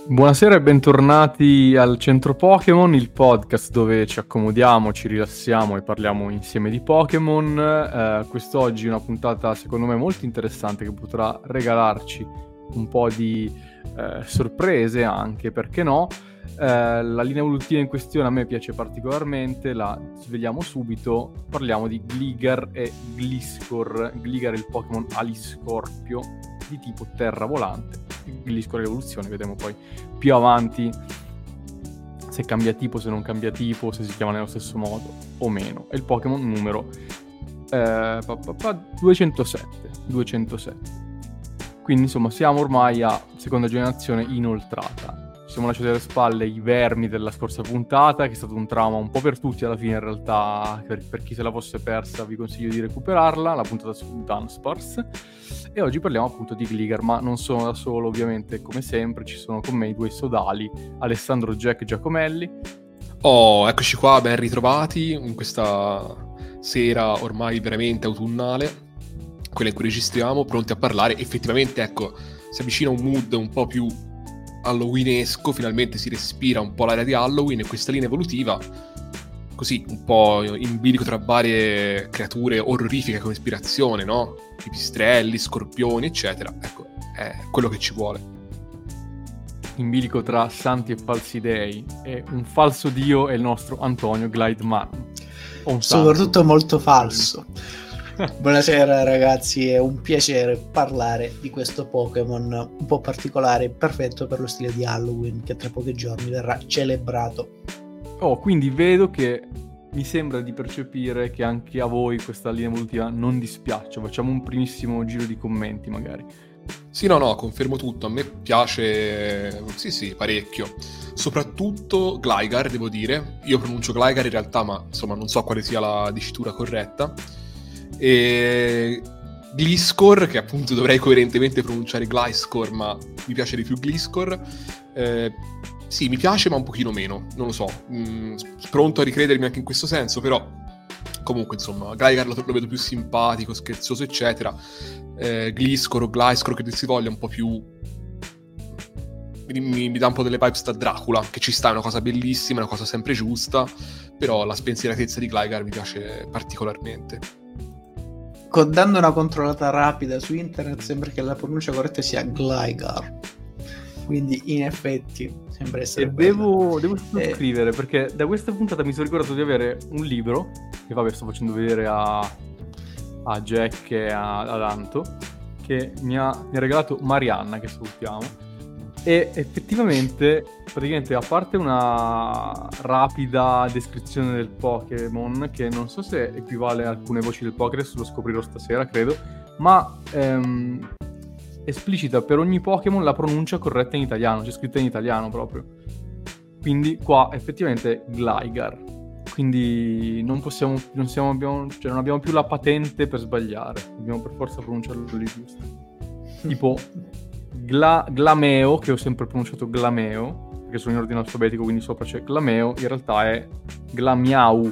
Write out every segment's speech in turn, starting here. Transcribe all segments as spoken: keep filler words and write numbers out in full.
Buonasera e bentornati al Centro Pokémon, il podcast dove ci accomodiamo, ci rilassiamo e parliamo insieme di Pokémon. Eh, quest'oggi è una puntata secondo me molto interessante che potrà regalarci un po' di eh, sorprese anche, perché no? Eh, la linea evolutiva in questione a me piace particolarmente, la svegliamo subito. Parliamo di Gligar e Gliscor. Gligar è il Pokémon Aliscorpio di tipo terra volante. Gliscor evoluzione, vedremo poi più avanti se cambia tipo, se non cambia tipo, se si chiama nello stesso modo o meno. È il Pokémon numero eh, pa, pa, pa, duecentosette. Quindi insomma siamo ormai a seconda generazione inoltrata. Ci siamo lasciati alle spalle i vermi della scorsa puntata, che è stato un trauma un po' per tutti alla fine in realtà. Per, per chi se la fosse persa vi consiglio di recuperarla, la puntata su Dunsparce. E oggi parliamo appunto di Gligar, ma non sono da solo ovviamente, come sempre ci sono con me i due sodali, Alessandro Jack Giacomelli. Oh, eccoci qua, ben ritrovati in questa sera ormai veramente autunnale, quella in cui registriamo, pronti a parlare. Effettivamente, ecco, si avvicina un mood un po' più halloweenesco, finalmente si respira un po' l'aria di Halloween, e questa linea evolutiva, così un po' in bilico tra varie creature orrorifiche come ispirazione, no? Pipistrelli, scorpioni, eccetera. Ecco, è quello che ci vuole. In bilico tra santi e falsi dei, e un falso dio è il nostro Antonio Glideman. Soprattutto molto falso. Buonasera ragazzi, è un piacere parlare di questo Pokémon un po' particolare, perfetto per lo stile di Halloween che tra pochi giorni verrà celebrato. Oh, quindi vedo che mi sembra di percepire che anche a voi questa linea evolutiva non dispiace. Facciamo un primissimo giro di commenti magari. Sì, no, no, confermo tutto. A me piace, sì, sì, parecchio. Soprattutto Gligar, devo dire. Io pronuncio Gligar in realtà, ma insomma non so quale sia la dicitura corretta. E Gliscor, che appunto dovrei coerentemente pronunciare Gliscor, ma mi piace di più Gliscor. Eh, sì, mi piace, ma un pochino meno, non lo so. Mm, pronto a ricredermi anche in questo senso, però comunque insomma Gligar lo, lo vedo più simpatico, scherzoso, eccetera. Eh, Gliscor o Gliscor, che si voglia, un po' più mi, mi, mi dà un po' delle vibes da Dracula, che ci sta, è una cosa bellissima, è una cosa sempre giusta, però la spensieratezza di Gligar mi piace particolarmente. Dando una controllata rapida su internet sembra che la pronuncia corretta sia Gligar, quindi in effetti sembra essere e devo, devo sottoscrivere eh... perché da questa puntata mi sono ricordato di avere un libro che vabbè sto facendo vedere a, a Jack e a, ad Anto, che mi ha, mi ha regalato Marianna, che salutiamo, e effettivamente praticamente, a parte una rapida descrizione del Pokémon che non so se equivale a alcune voci del Pokédex, lo scoprirò stasera credo, ma ehm, esplicita per ogni Pokémon la pronuncia corretta in italiano, c'è scritta in italiano proprio. Quindi qua effettivamente Gligar, quindi non possiamo, non siamo, abbiamo, cioè non abbiamo più la patente per sbagliare, dobbiamo per forza pronunciarlo lì giusto. Tipo Gla, Glameo, che ho sempre pronunciato Glameo, perché sono in ordine alfabetico, quindi sopra c'è Glameo, in realtà è Glamiau.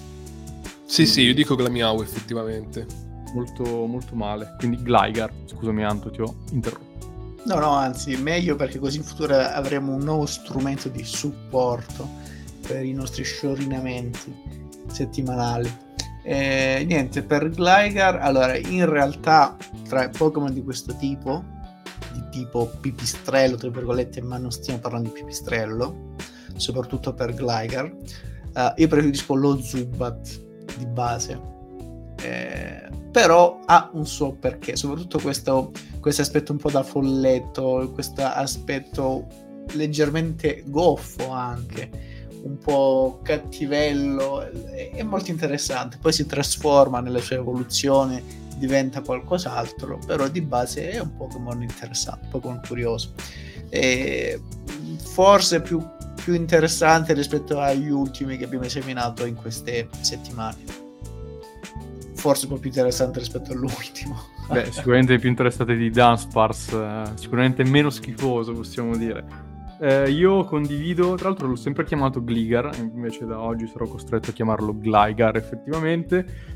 Sì, sì, io dico Glamiau effettivamente. Molto, molto male. Quindi Gligar, scusami Anto, ti ho interrotto. No, no, anzi, meglio, perché così in futuro avremo un nuovo strumento di supporto per i nostri sciorinamenti settimanali. E, niente, per Gligar, allora, in realtà tra Pokémon di questo tipo, di tipo pipistrello, tra virgolette, ma non stiamo parlando di pipistrello, soprattutto per Gligar, uh, io preferisco lo Zubat di base, eh, però ha un suo perché, soprattutto questo, questo aspetto un po' da folletto, questo aspetto leggermente goffo anche, un po' cattivello, è, è molto interessante. Poi si trasforma nella sua evoluzione, diventa qualcos'altro, però di base è un Pokémon interessante, un Pokémon curioso, e forse più, più interessante rispetto agli ultimi che abbiamo esaminato in queste settimane, forse un po' più interessante rispetto all'ultimo. Beh, sicuramente più interessante di Dunsparce, eh, sicuramente meno schifoso, possiamo dire. Eh, io condivido, tra l'altro l'ho sempre chiamato Gligar, invece da oggi sarò costretto a chiamarlo Gligar effettivamente.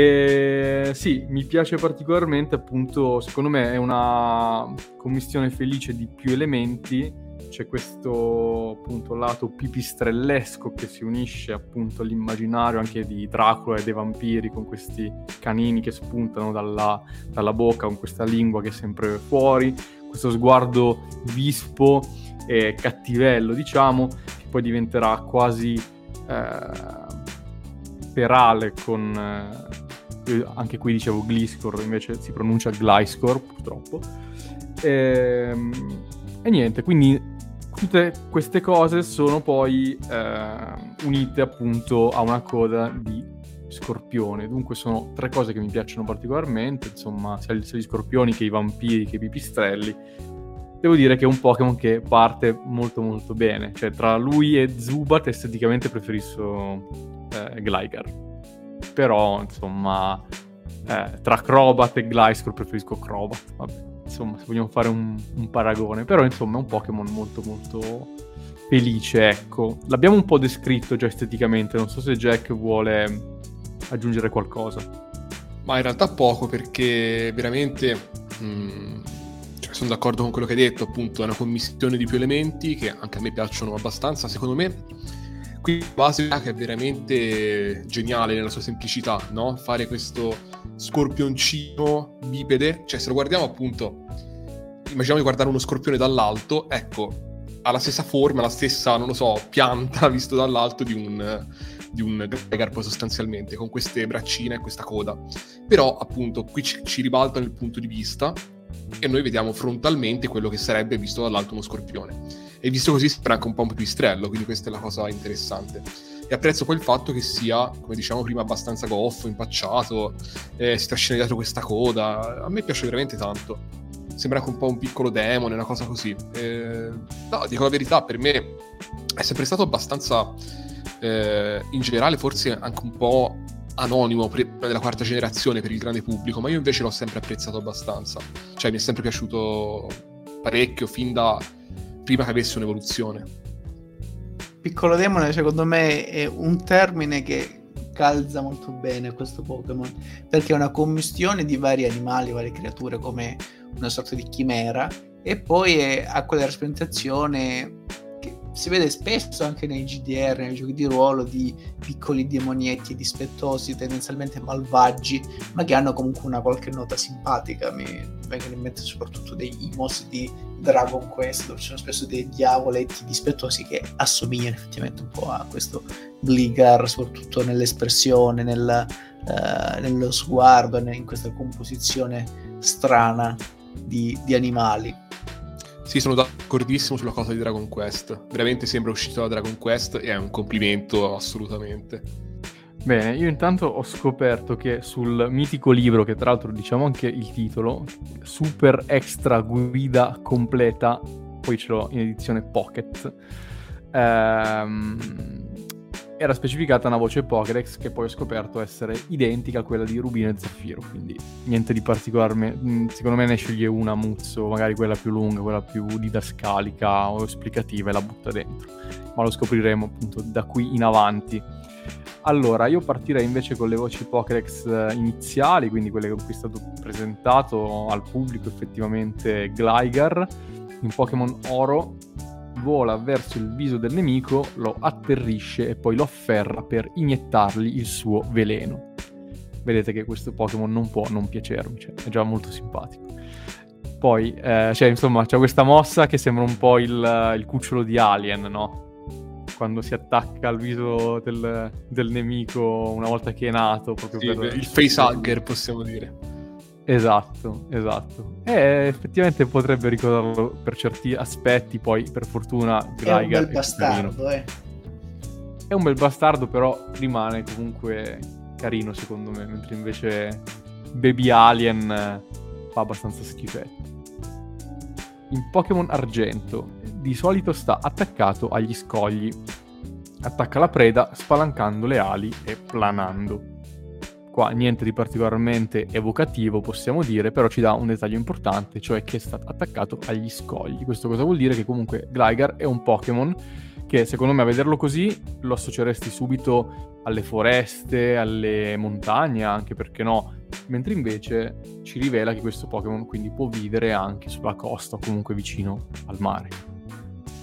E sì, mi piace particolarmente, appunto, secondo me è una commistione felice di più elementi c'è questo appunto lato pipistrellesco che si unisce appunto all'immaginario anche di Dracula e dei vampiri, con questi canini che spuntano dalla, dalla bocca, con questa lingua che è sempre fuori, questo sguardo vispo e cattivello, diciamo, che poi diventerà quasi eh, perale con... Eh, io anche qui dicevo Gliscor, invece si pronuncia Gliscor purtroppo. E, e niente, quindi tutte queste cose sono poi eh, unite appunto a una coda di scorpione. Dunque sono tre cose che mi piacciono particolarmente, insomma, sia gli scorpioni che i vampiri che i pipistrelli. Devo dire che è un Pokémon che parte molto molto bene, cioè tra lui e Zubat esteticamente preferisco eh, Gligar, però insomma eh, tra Crobat e Gliscor preferisco Crobat, vabbè, insomma, se vogliamo fare un, un paragone, però insomma è un Pokémon molto molto felice, ecco. L'abbiamo un po' descritto già esteticamente, non so se Jack vuole aggiungere qualcosa. Ma in realtà poco, perché veramente mh, cioè, sono d'accordo con quello che hai detto, appunto è una commistione di più elementi che anche a me piacciono abbastanza. Secondo me qui base che è veramente geniale nella sua semplicità, no? Fare questo scorpioncino bipede, cioè se lo guardiamo appunto, immaginiamo di guardare uno scorpione dall'alto, ecco, ha la stessa forma, la stessa, non lo so, pianta visto dall'alto di un di un Gligar poi sostanzialmente, con queste braccine e questa coda. Però appunto qui ci, ci ribaltano il punto di vista e noi vediamo frontalmente quello che sarebbe visto dall'alto uno scorpione, e visto così sembra anche un po' un pipistrello, quindi questa è la cosa interessante. E apprezzo poi il fatto che sia, come diciamo prima, abbastanza goffo, impacciato, eh, si trascina dietro questa coda. A me piace veramente tanto, sembra anche un po' un piccolo demone, una cosa così. Eh, no, dico la verità, per me è sempre stato abbastanza eh, in generale forse anche un po' anonimo pre- della quarta generazione per il grande pubblico, ma io invece l'ho sempre apprezzato abbastanza, cioè mi è sempre piaciuto parecchio fin da prima che avesse un'evoluzione. Piccolo demone secondo me è un termine che calza molto bene questo Pokémon, perché è una commistione di vari animali, varie creature, come una sorta di chimera, e poi è, ha quella rappresentazione che si vede spesso anche nei G D R, nei giochi di ruolo, di piccoli demonietti dispettosi, tendenzialmente malvagi, ma che hanno comunque una qualche nota simpatica. Mi vengono in mente soprattutto dei mostri di Dragon Quest, dove ci sono spesso dei diavoletti dispettosi che assomigliano effettivamente un po' a questo Gligar, soprattutto nell'espressione, nel, uh, nello sguardo, in questa composizione strana di, di animali. Sì, sono d'accordissimo sulla cosa di Dragon Quest. Veramente sembra uscito da Dragon Quest e è un complimento assolutamente. Bene, io intanto ho scoperto che sul mitico libro, che tra l'altro diciamo anche il titolo, Super Extra Guida Completa, poi ce l'ho in edizione Pocket, ehm, era specificata una voce Pokédex che poi ho scoperto essere identica a quella di Rubino e Zaffiro, quindi niente di particolare. Secondo me ne sceglie una Muzzo, magari quella più lunga, quella più didascalica o esplicativa, e la butta dentro, ma lo scopriremo appunto da qui in avanti. Allora, io partirei invece con le voci Pokédex iniziali, quindi quelle con cui è stato presentato al pubblico effettivamente Gligar. In Pokémon Oro vola verso il viso del nemico, lo atterrisce e poi lo afferra per iniettargli il suo veleno. Vedete che questo Pokémon non può non piacermi, cioè, è già molto simpatico. Poi, eh, cioè, insomma, c'è questa mossa che sembra un po' il, il cucciolo di Alien, no? Quando si attacca al viso del, del nemico una volta che è nato, proprio sì, per... il facehugger, possiamo dire. Esatto, esatto. E effettivamente potrebbe ricordarlo per certi aspetti, poi per fortuna Gligar è un bel bastardo, eh. È un bel bastardo, però rimane comunque carino secondo me, mentre invece Baby Alien fa abbastanza schifetto. In Pokémon Argento di solito sta attaccato agli scogli. Attacca la preda spalancando le ali e planando. Qua niente di particolarmente evocativo, possiamo dire, però ci dà un dettaglio importante, cioè che è stato attaccato agli scogli. Questo cosa vuol dire? Che comunque Gligar è un Pokémon che, secondo me, a vederlo così lo associeresti subito alle foreste, alle montagne, anche perché no, mentre invece ci rivela che questo Pokémon quindi può vivere anche sulla costa o comunque vicino al mare.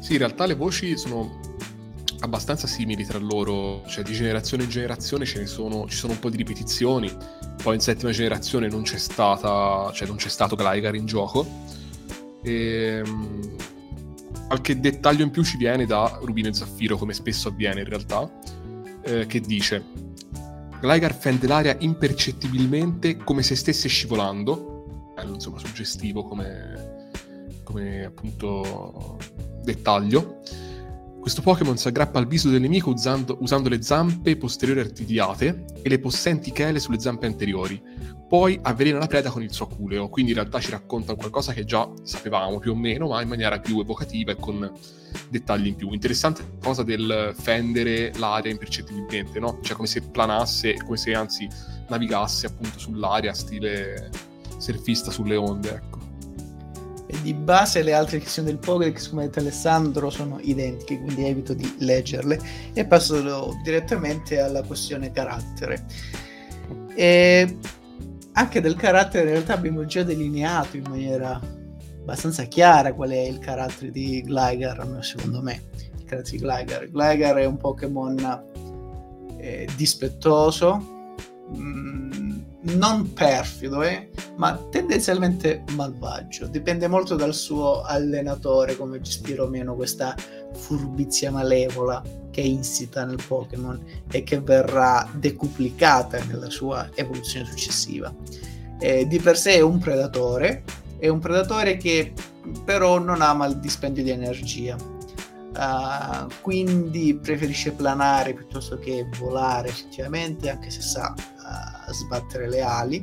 Sì, in realtà le voci sono abbastanza simili tra loro, cioè di generazione in generazione ce ne sono, ci sono un po' di ripetizioni, poi in settima generazione non c'è stata, cioè non c'è stato Gligar in gioco, e qualche dettaglio in più ci viene da Rubino e Zaffiro, come spesso avviene in realtà, eh, che dice: Gligar fende l'aria impercettibilmente come se stesse scivolando, bello, insomma suggestivo come, come appunto dettaglio. Questo Pokémon si aggrappa al viso del nemico usando, usando le zampe posteriori artigliate e le possenti chele sulle zampe anteriori. Poi avvelena la preda con il suo aculeo, quindi in realtà ci racconta qualcosa che già sapevamo più o meno, ma in maniera più evocativa e con dettagli in più. Interessante la cosa del fendere l'aria impercettibilmente, no? Cioè come se planasse, come se anzi navigasse appunto sull'aria, stile surfista sulle onde, ecco. E di base le altre creazioni del Pokédex, come ha detto Alessandro, sono identiche, quindi evito di leggerle e passo direttamente alla questione carattere. E anche del carattere in realtà abbiamo già delineato in maniera abbastanza chiara qual è il carattere di Gligar, secondo me. Il carattere di Gligar. Gligar è un Pokémon eh, dispettoso, mh, non perfido, eh, ma tendenzialmente malvagio. Dipende molto dal suo allenatore come gestire o meno questa furbizia malevola che è insita nel Pokémon e che verrà decuplicata nella sua evoluzione successiva. Eh, di per sé è un predatore, è un predatore che però non ama il dispendio di energia, uh, quindi preferisce planare piuttosto che volare effettivamente, anche se sa uh, sbattere le ali,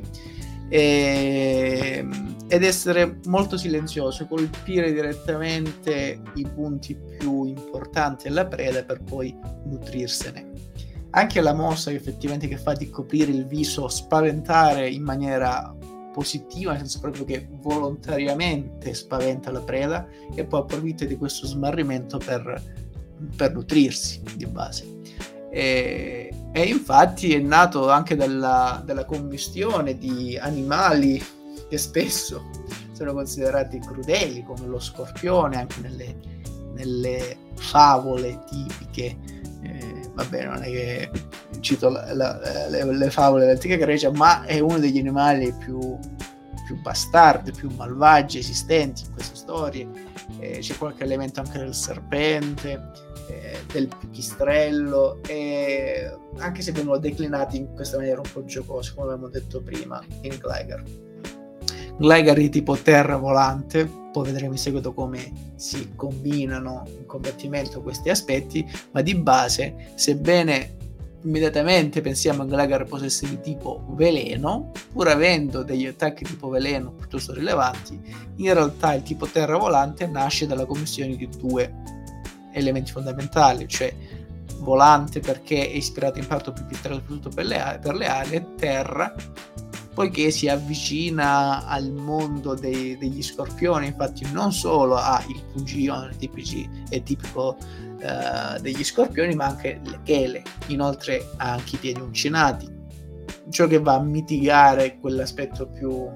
e, ed essere molto silenzioso, colpire direttamente i punti più importanti alla preda per poi nutrirsene. Anche la mossa che effettivamente che fa di coprire il viso, spaventare in maniera positiva, nel senso proprio che volontariamente spaventa la preda e poi approfitta di questo smarrimento per, per nutrirsi di base. E, e infatti è nato anche dalla, dalla commistione di animali che spesso sono considerati crudeli, come lo scorpione, anche nelle, nelle favole tipiche. Eh, vabbè, non è che cito la, la, le, le favole dell'antica Grecia, ma è uno degli animali più, più bastardi, più malvagi esistenti in queste storie. Eh, c'è qualche elemento anche del serpente, eh, del pipistrello, e anche se vengono declinati in questa maniera un po' giocosa, come abbiamo detto prima in Gligar. Gligar di tipo terra volante, poi vedremo in seguito come si combinano in combattimento questi aspetti, ma di base, sebbene immediatamente pensiamo a Gligar possesse di tipo veleno, pur avendo degli attacchi tipo veleno piuttosto rilevanti, in realtà il tipo terra volante nasce dalla commistione di due elementi fondamentali, cioè volante perché è ispirato in parte più soprattutto per le, per le ali, e terra poiché si avvicina al mondo dei, degli scorpioni. Infatti non solo ha il pungiglione tipici, è tipico uh, degli scorpioni, ma anche le chele, inoltre ha anche i piedi uncinati, ciò che va a mitigare quell'aspetto più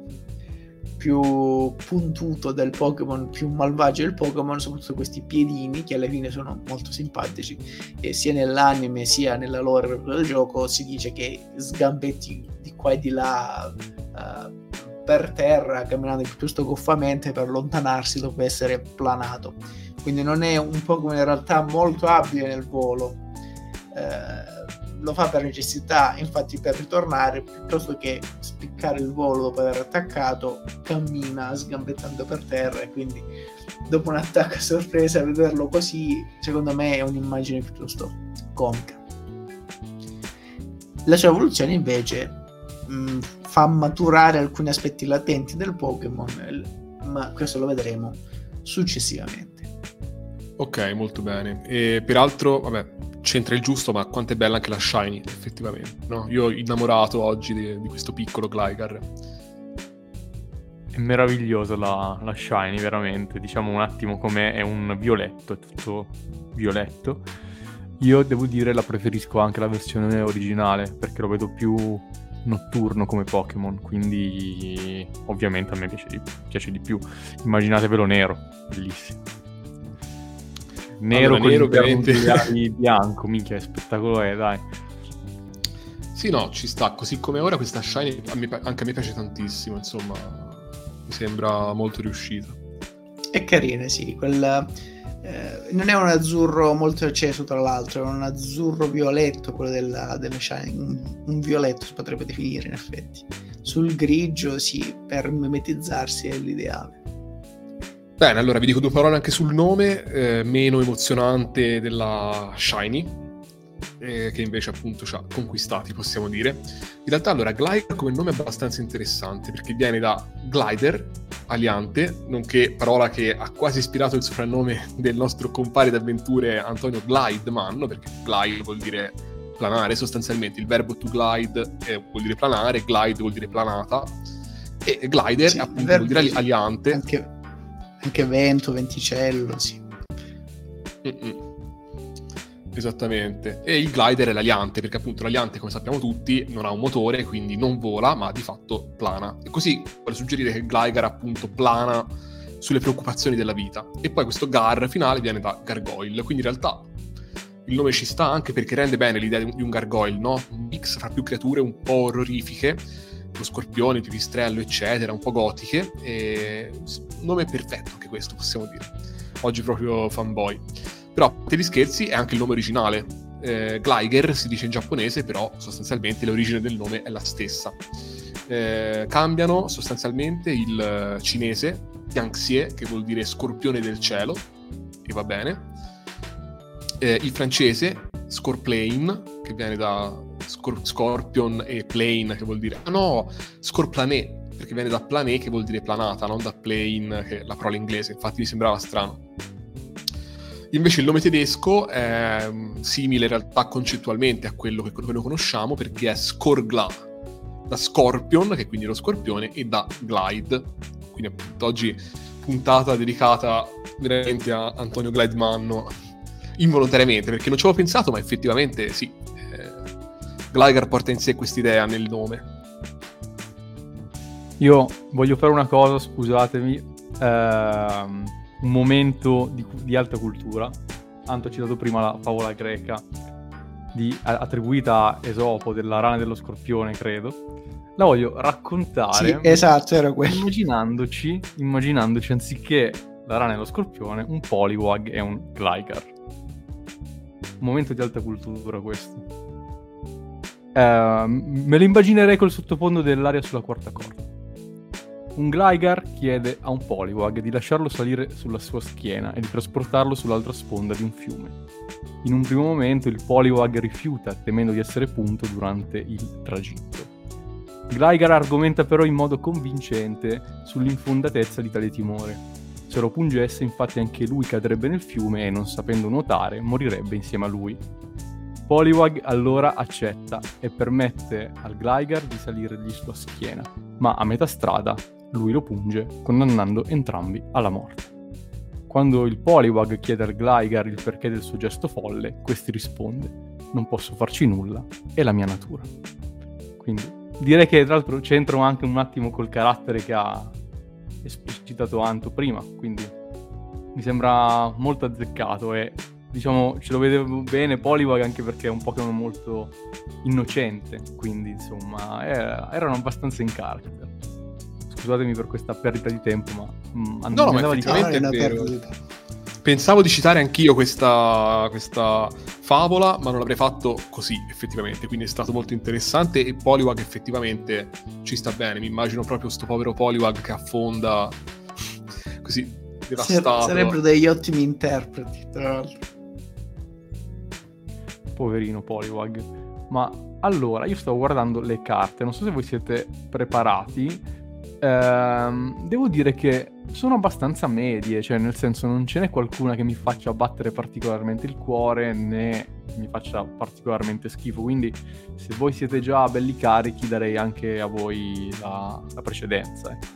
più puntuto del Pokémon, più malvagio del Pokémon, soprattutto questi piedini che alla fine sono molto simpatici, e sia nell'anime sia nella lore del gioco si dice che sgambetti di qua e di là uh, per terra camminando piuttosto goffamente per allontanarsi dopo essere planato, quindi non è un Pokémon in realtà molto abile nel volo. Uh, lo fa per necessità, infatti per ritornare piuttosto che spiccare il volo dopo aver attaccato cammina sgambettando per terra, e quindi dopo un attacco a sorpresa vederlo così secondo me è un'immagine piuttosto comica. La sua evoluzione invece mh, fa maturare alcuni aspetti latenti del Pokémon, ma questo lo vedremo successivamente. Ok, molto bene. E peraltro, vabbè, c'entra il giusto, ma quanto è bella anche la Shiny, effettivamente, no? Io ho innamorato oggi di, di questo piccolo Gligar. È meravigliosa la, la Shiny, veramente. Diciamo un attimo com'è, è un violetto, è tutto violetto. Io devo dire la preferisco anche la versione originale, perché lo vedo più notturno come Pokémon, quindi ovviamente a me piace di, piace di più. Immaginatevelo nero, bellissimo. nero allora, con nero, ovviamente ovviamente bianco, minchia, è spettacolare, dai. Sì, no, ci sta, così come ora questa Shiny a me, anche a me piace tantissimo, insomma, mi sembra molto riuscita. È carina, sì, quella... Eh, non è un azzurro molto acceso, tra l'altro, è un azzurro violetto quello della, della Shiny, un, un violetto si potrebbe definire in effetti. Sul grigio, sì, per mimetizzarsi è l'ideale. Bene, allora vi dico due parole anche sul nome, eh, meno emozionante della Shiny, eh, che invece appunto ci ha conquistati, possiamo dire. In realtà allora Glider come nome è abbastanza interessante, perché viene da glider, aliante, nonché parola che ha quasi ispirato il soprannome del nostro compare d'avventure Antonio Glideman, perché glide vuol dire planare sostanzialmente, il verbo to glide eh, vuol dire planare, glide vuol dire planata, e glider sì, appunto verbo, vuol dire sì, aliante. Anche, anche vento, venticello, sì. Mm-mm. Esattamente, e il glider è l'aliante, perché appunto l'aliante, come sappiamo tutti, non ha un motore, quindi non vola, ma di fatto plana. E così vuole suggerire che il Gligar appunto plana sulle preoccupazioni della vita. E poi questo gar finale viene da gargoyle, quindi in realtà il nome ci sta anche perché rende bene l'idea di un gargoyle, no? Un mix fra più creature un po' orrorifiche, lo scorpione, il pipistrello, eccetera, un po' gotiche, e un nome perfetto anche questo, possiamo dire. Oggi proprio fanboy. Però, per gli scherzi, è anche il nome originale. Eh, Glider si dice in giapponese, però sostanzialmente l'origine del nome è la stessa. Eh, cambiano sostanzialmente il cinese, Tianxie, che vuol dire scorpione del cielo, che va bene. Eh, il francese, Scorplane, che viene da scor- scorpion, e plane, che vuol dire... Ah no, Scorplané, perché viene da plané, che vuol dire planata, non da plane, che è la parola inglese. Infatti mi sembrava strano. Invece il nome tedesco è simile in realtà concettualmente a quello che lo conosciamo, perché è Skorgla, da Scorpion, che è quindi lo scorpione, e da Glide. Quindi appunto oggi puntata dedicata veramente a Antonio Glideman, involontariamente, perché non ci avevo pensato, ma effettivamente sì, eh, Gligar porta in sé quest'idea nel nome. Io voglio fare una cosa, scusatemi, ehm... un momento di, di alta cultura. Anto ha citato prima la favola greca di, attribuita a Esopo della rana e dello scorpione, credo. La voglio raccontare. Sì, esatto, era quello. Immaginandoci, immaginandoci anziché la rana e lo scorpione, un Poliwag e un Gligar. Un momento di alta cultura questo. Eh, me lo immaginerei col sottofondo dell'aria sulla quarta corda. Un Gligar chiede a un Poliwag di lasciarlo salire sulla sua schiena e di trasportarlo sull'altra sponda di un fiume. In un primo momento il Poliwag rifiuta, temendo di essere punto durante il tragitto. Gligar argomenta però in modo convincente sull'infondatezza di tale timore. Se lo pungesse, infatti, anche lui cadrebbe nel fiume e, non sapendo nuotare, morirebbe insieme a lui. Poliwag allora accetta e permette al Gligar di salirgli sulla schiena, ma a metà strada lui lo punge, condannando entrambi alla morte. Quando il Poliwag chiede al Gligar il perché del suo gesto folle, questi risponde: non posso farci nulla, è la mia natura. Quindi direi che tra l'altro c'entro anche un attimo col carattere che ha esplicitato Anto prima, quindi mi sembra molto azzeccato e diciamo ce lo vedevo bene Poliwag anche perché è un Pokémon molto innocente, quindi insomma era, erano abbastanza in character. Scusatemi per questa perdita di tempo, ma mm, no, no, ma andava di effettivamente è una è vero. perdita. Pensavo di citare anch'io questa, questa favola, ma non l'avrei fatto così effettivamente, quindi è stato molto interessante e Poliwag effettivamente ci sta bene. Mi immagino proprio sto povero Poliwag che affonda così devastato. Sarebbero degli ottimi interpreti, tra l'altro. Poverino Poliwag. Ma allora, io stavo guardando le carte, non so se voi siete preparati. Ehm, devo dire che sono abbastanza medie, cioè nel senso non ce n'è qualcuna che mi faccia battere particolarmente il cuore né mi faccia particolarmente schifo, quindi se voi siete già belli carichi darei anche a voi la, la precedenza. Eh.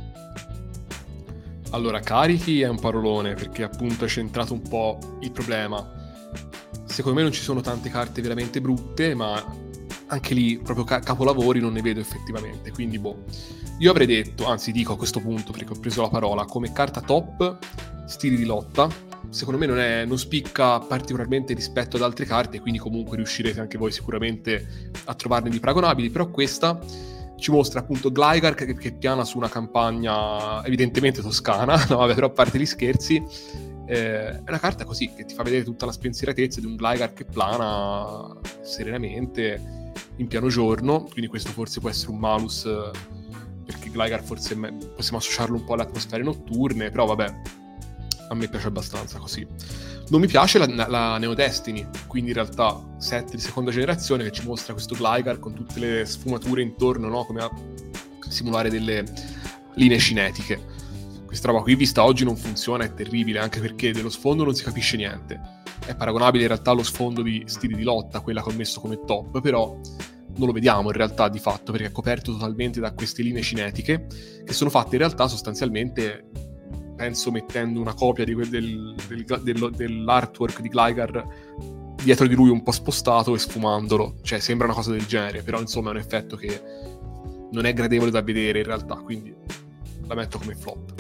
Allora, carichi è un parolone perché appunto è centrato un po' il problema. Secondo me non ci sono tante carte veramente brutte, ma anche lì proprio ca- capolavori non ne vedo effettivamente, quindi boh. Io avrei detto, anzi dico a questo punto perché ho preso la parola, come carta top stili di lotta, secondo me non, è, non spicca particolarmente rispetto ad altre carte, quindi comunque riuscirete anche voi sicuramente a trovarne di paragonabili, però questa ci mostra appunto Gligar che, che piana su una campagna evidentemente toscana, no vabbè, però a parte gli scherzi, eh, è una carta così che ti fa vedere tutta la spensieratezza di un Gligar che plana serenamente in piano giorno, quindi questo forse può essere un malus, perché Gligar forse me- possiamo associarlo un po' alle atmosfere notturne, però vabbè, a me piace abbastanza così. Non mi piace la, la Neo Destiny, quindi in realtà set di seconda generazione che ci mostra questo Gligar con tutte le sfumature intorno, no? Come a simulare delle linee cinetiche. Questa roba qui vista oggi non funziona, è terribile, anche perché dello sfondo non si capisce niente. È paragonabile in realtà allo sfondo di Stili di Lotta, quella che ho messo come top, però non lo vediamo in realtà di fatto, perché è coperto totalmente da queste linee cinetiche, che sono fatte in realtà sostanzialmente, penso mettendo una copia di quel del, del, del, dell'artwork di Gligar dietro di lui un po' spostato e sfumandolo, cioè sembra una cosa del genere, però insomma è un effetto che non è gradevole da vedere in realtà, quindi la metto come flop.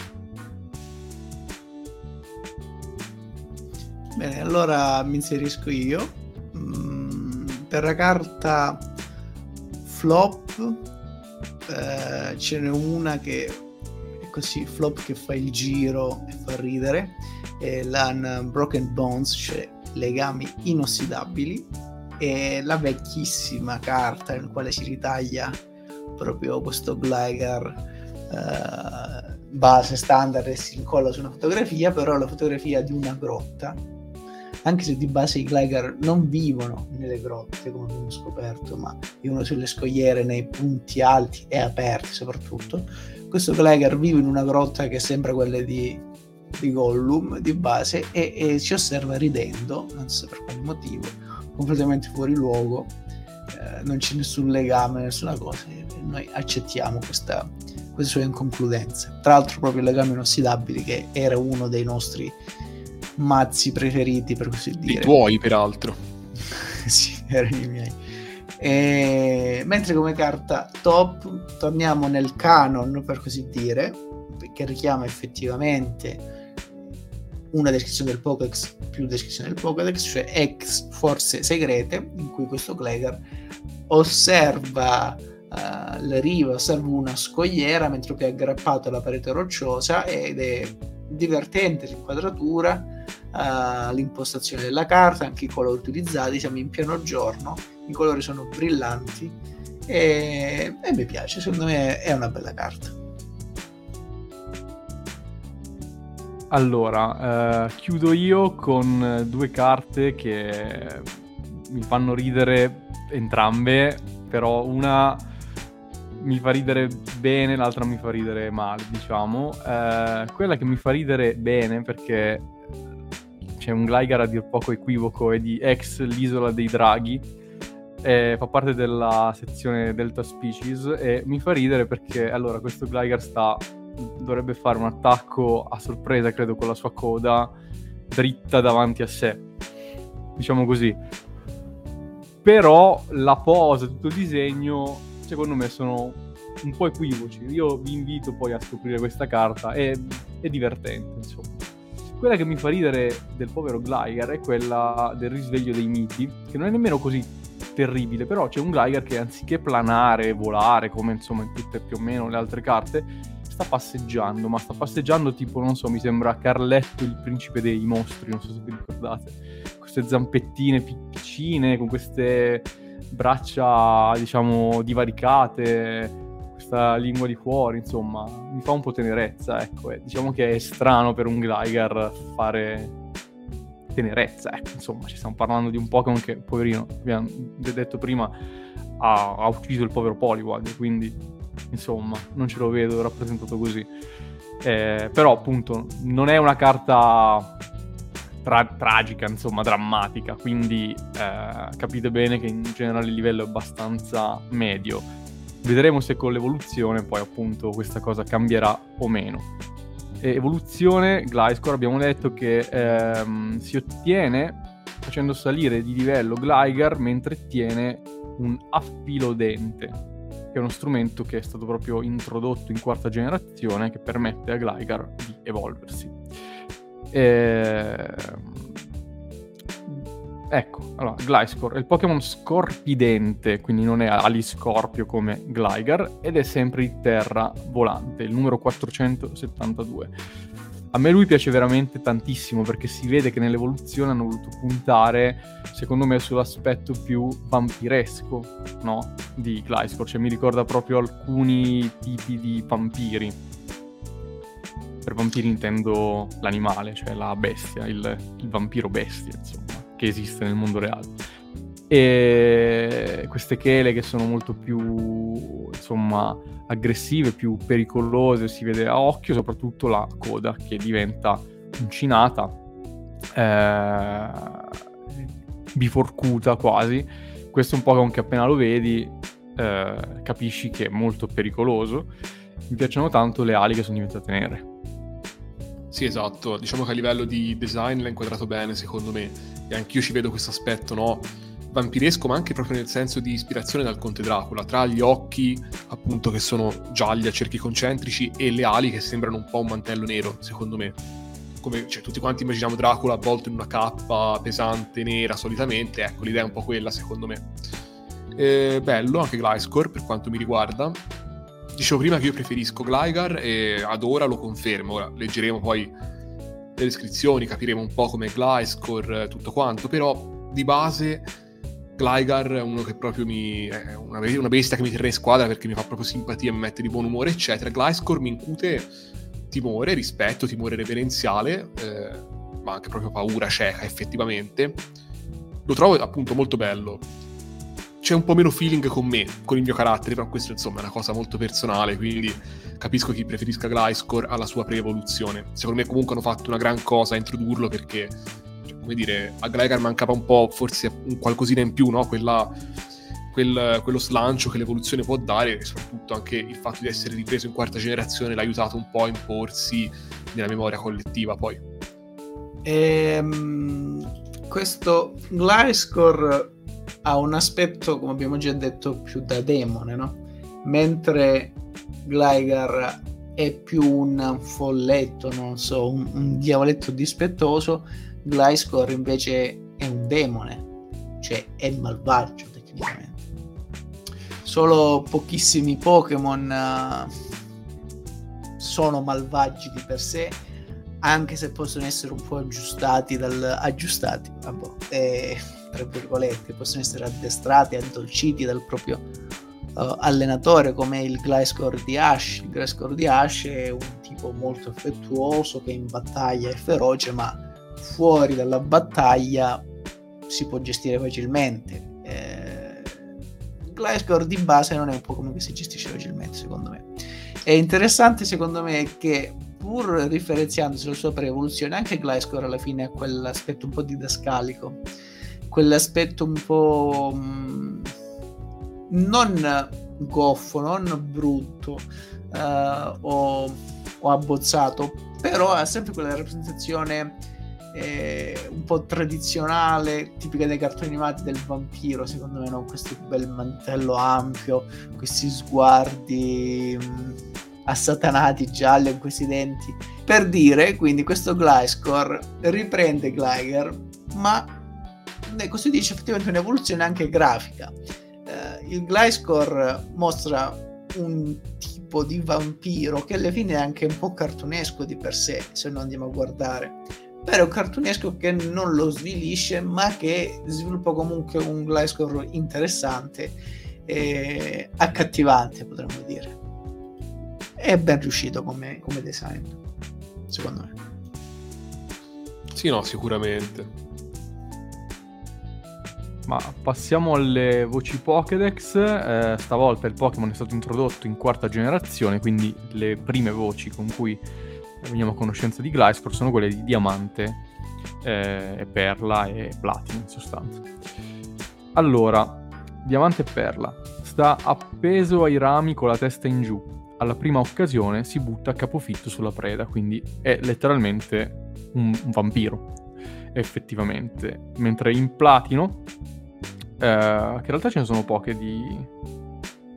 Bene, allora mi inserisco io. Mm, per la carta flop eh, ce n'è una che così flop che fa il giro e fa ridere, è la Unbroken Bones, cioè legami inossidabili, è la vecchissima carta nel quale si ritaglia proprio questo Gligar eh, base standard e si incolla su una fotografia, però la fotografia di una grotta, anche se di base i Gligar non vivono nelle grotte come abbiamo scoperto, ma vivono sulle scogliere, nei punti alti e aperti soprattutto. Questo Gligar vive in una grotta che sembra quella di, di Gollum di base e, e ci osserva ridendo, non so per quale motivo, completamente fuori luogo, eh, non c'è nessun legame, nessuna cosa, e noi accettiamo questa, queste sue inconcludenze. Tra l'altro proprio il legame inossidabili, che era uno dei nostri mazzi preferiti, per così dire. I tuoi peraltro. Sì, erano i miei. E mentre come carta top torniamo nel canon, per così dire, che richiama effettivamente una descrizione del Pokédex più descrizione del Pokédex, cioè X Forze Segrete, in cui questo Gligar osserva uh, la riva, osserva una scogliera mentre che è aggrappato alla parete rocciosa, ed è divertente l'inquadratura, uh, l'impostazione della carta, anche i colori utilizzati. Siamo in pieno giorno, i colori sono brillanti e, e mi piace, secondo me è una bella carta. Allora, eh, chiudo io con due carte che mi fanno ridere entrambe, però una mi fa ridere bene, l'altra mi fa ridere male, diciamo. Eh, quella che mi fa ridere bene, perché c'è un Gligar a dir poco equivoco, è di ex l'Isola dei Draghi, eh, fa parte della sezione Delta Species, e mi fa ridere perché allora questo Gligar sta dovrebbe fare un attacco a sorpresa, credo, con la sua coda dritta davanti a sé, diciamo così. Però la posa, tutto il disegno, secondo me sono un po' equivoci. Io vi invito poi a scoprire questa carta, è, è divertente, insomma. Quella che mi fa ridere del povero Gligar è quella del risveglio dei miti, che non è nemmeno così terribile, però c'è un Gligar che anziché planare e volare, come insomma in tutte più o meno le altre carte, sta passeggiando, ma sta passeggiando tipo, non so, mi sembra Carletto, il principe dei mostri, non so se vi ricordate, queste zampettine piccine, con queste braccia, diciamo, divaricate, questa lingua di fuori, insomma, mi fa un po' tenerezza, ecco, e diciamo che è strano per un Gligar fare tenerezza, ecco, insomma, ci stiamo parlando di un Pokémon che, poverino, abbiamo detto prima, ha, ha ucciso il povero Poliwag, quindi insomma non ce lo vedo rappresentato così, eh, però appunto non è una carta tra- tragica, insomma drammatica, quindi eh, capite bene che in generale il livello è abbastanza medio. Vedremo se con l'evoluzione poi appunto questa cosa cambierà o meno. E evoluzione Gliscor, abbiamo detto che ehm, si ottiene facendo salire di livello Gligar mentre tiene un Affilodente, che è uno strumento che è stato proprio introdotto in quarta generazione, che permette a Gligar di evolversi. E... ecco, allora, Gliscor è il Pokémon scorpidente, quindi non è ali scorpio come Gligar, ed è sempre di terra volante, il numero quattrocentosettantadue. A me lui piace veramente tantissimo perché si vede che nell'evoluzione hanno voluto puntare, secondo me, sull'aspetto più vampiresco, no? Di Gliscor, cioè mi ricorda proprio alcuni tipi di vampiri. Per vampiri intendo l'animale, cioè la bestia, il, il vampiro bestia, insomma, che esiste nel mondo reale. E queste chele che sono molto più, insomma, aggressive, più pericolose, si vede a occhio, soprattutto la coda che diventa uncinata, eh, biforcuta quasi. Questo è un Pokémon che appena lo vedi eh, capisci che è molto pericoloso. Mi piacciono tanto le ali che sono diventate nere. Sì, esatto, diciamo che a livello di design l'ha inquadrato bene, secondo me, e anch'io ci vedo questo aspetto, no, vampiresco, ma anche proprio nel senso di ispirazione dal Conte Dracula, tra gli occhi appunto che sono gialli a cerchi concentrici e le ali che sembrano un po' un mantello nero, secondo me. Come, cioè, tutti quanti immaginiamo Dracula avvolto in una cappa pesante nera solitamente, ecco, l'idea è un po' quella, secondo me. E bello anche Gliscor per quanto mi riguarda. Dicevo prima che io preferisco Gligar e ad ora lo confermo. Ora leggeremo poi le descrizioni, capiremo un po' come Gliscor, tutto quanto, però di base Gligar è uno che proprio mi è una, una bestia che mi terrà in squadra perché mi fa proprio simpatia, mi mette di buon umore, eccetera. Gliscor mi incute timore, rispetto, timore reverenziale, eh, ma anche proprio paura cieca, effettivamente. Lo trovo appunto molto bello. C'è un po' meno feeling con me, con il mio carattere, però questo insomma è una cosa molto personale, quindi capisco chi preferisca Gliscor alla sua pre-evoluzione. Secondo me comunque hanno fatto una gran cosa a introdurlo perché, cioè, come dire, a Gligar mancava un po', forse un qualcosina in più, no? Quella, quel, quello slancio che l'evoluzione può dare, e soprattutto anche il fatto di essere ripreso in quarta generazione l'ha aiutato un po' a imporsi nella memoria collettiva poi. Ehm, questo Gliscor ha un aspetto, come abbiamo già detto, più da demone, no? Mentre Gligar è più un folletto, non so, un, un diavoletto dispettoso, Gliscor invece è un demone, cioè è malvagio tecnicamente. Solo pochissimi Pokémon uh, sono malvagi di per sé, anche se possono essere un po' aggiustati dal aggiustati, vabbè, eh, tra virgolette, possono essere addestrati, addolciti dal proprio uh, allenatore, come il Gliscor di Ash. Il Gliscor di Ash è un tipo molto affettuoso che in battaglia è feroce, ma fuori dalla battaglia si può gestire facilmente. Eh, Gliscor di base non è un Pokémon che si gestisce facilmente, secondo me. È interessante, secondo me, che pur differenziandosi dalla sua pre-evoluzione, anche Gliscor alla fine ha quell'aspetto un po' didascalico, quell'aspetto un po' mh, non goffo, non brutto uh, o, o abbozzato, però ha sempre quella rappresentazione eh, un po' tradizionale, tipica dei cartoni animati del vampiro, secondo me, no? Questo bel mantello ampio, questi sguardi mh, assatanati, gialli, con questi denti. Per dire, quindi, questo Gliscor riprende Gligar, ma costituisce effettivamente un'evoluzione anche grafica. Eh, il Gliscor mostra un tipo di vampiro che alla fine è anche un po' cartunesco di per sé, se non andiamo a guardare, però è un cartunesco che non lo svilisce, ma che sviluppa comunque un Gliscor interessante e accattivante, potremmo dire. È ben riuscito come, come design, secondo me. Sì, no, sicuramente. Ma passiamo alle voci Pokédex. Eh, stavolta il Pokémon è stato introdotto in quarta generazione, quindi le prime voci con cui veniamo a conoscenza di Gliscor sono quelle di Diamante, eh, Perla e Platino, in sostanza. Allora, Diamante e Perla sta appeso ai rami con la testa in giù. Alla prima occasione si butta a capofitto sulla preda, quindi è letteralmente un, un vampiro, effettivamente. Mentre in Platino, eh, che in realtà ce ne sono poche di,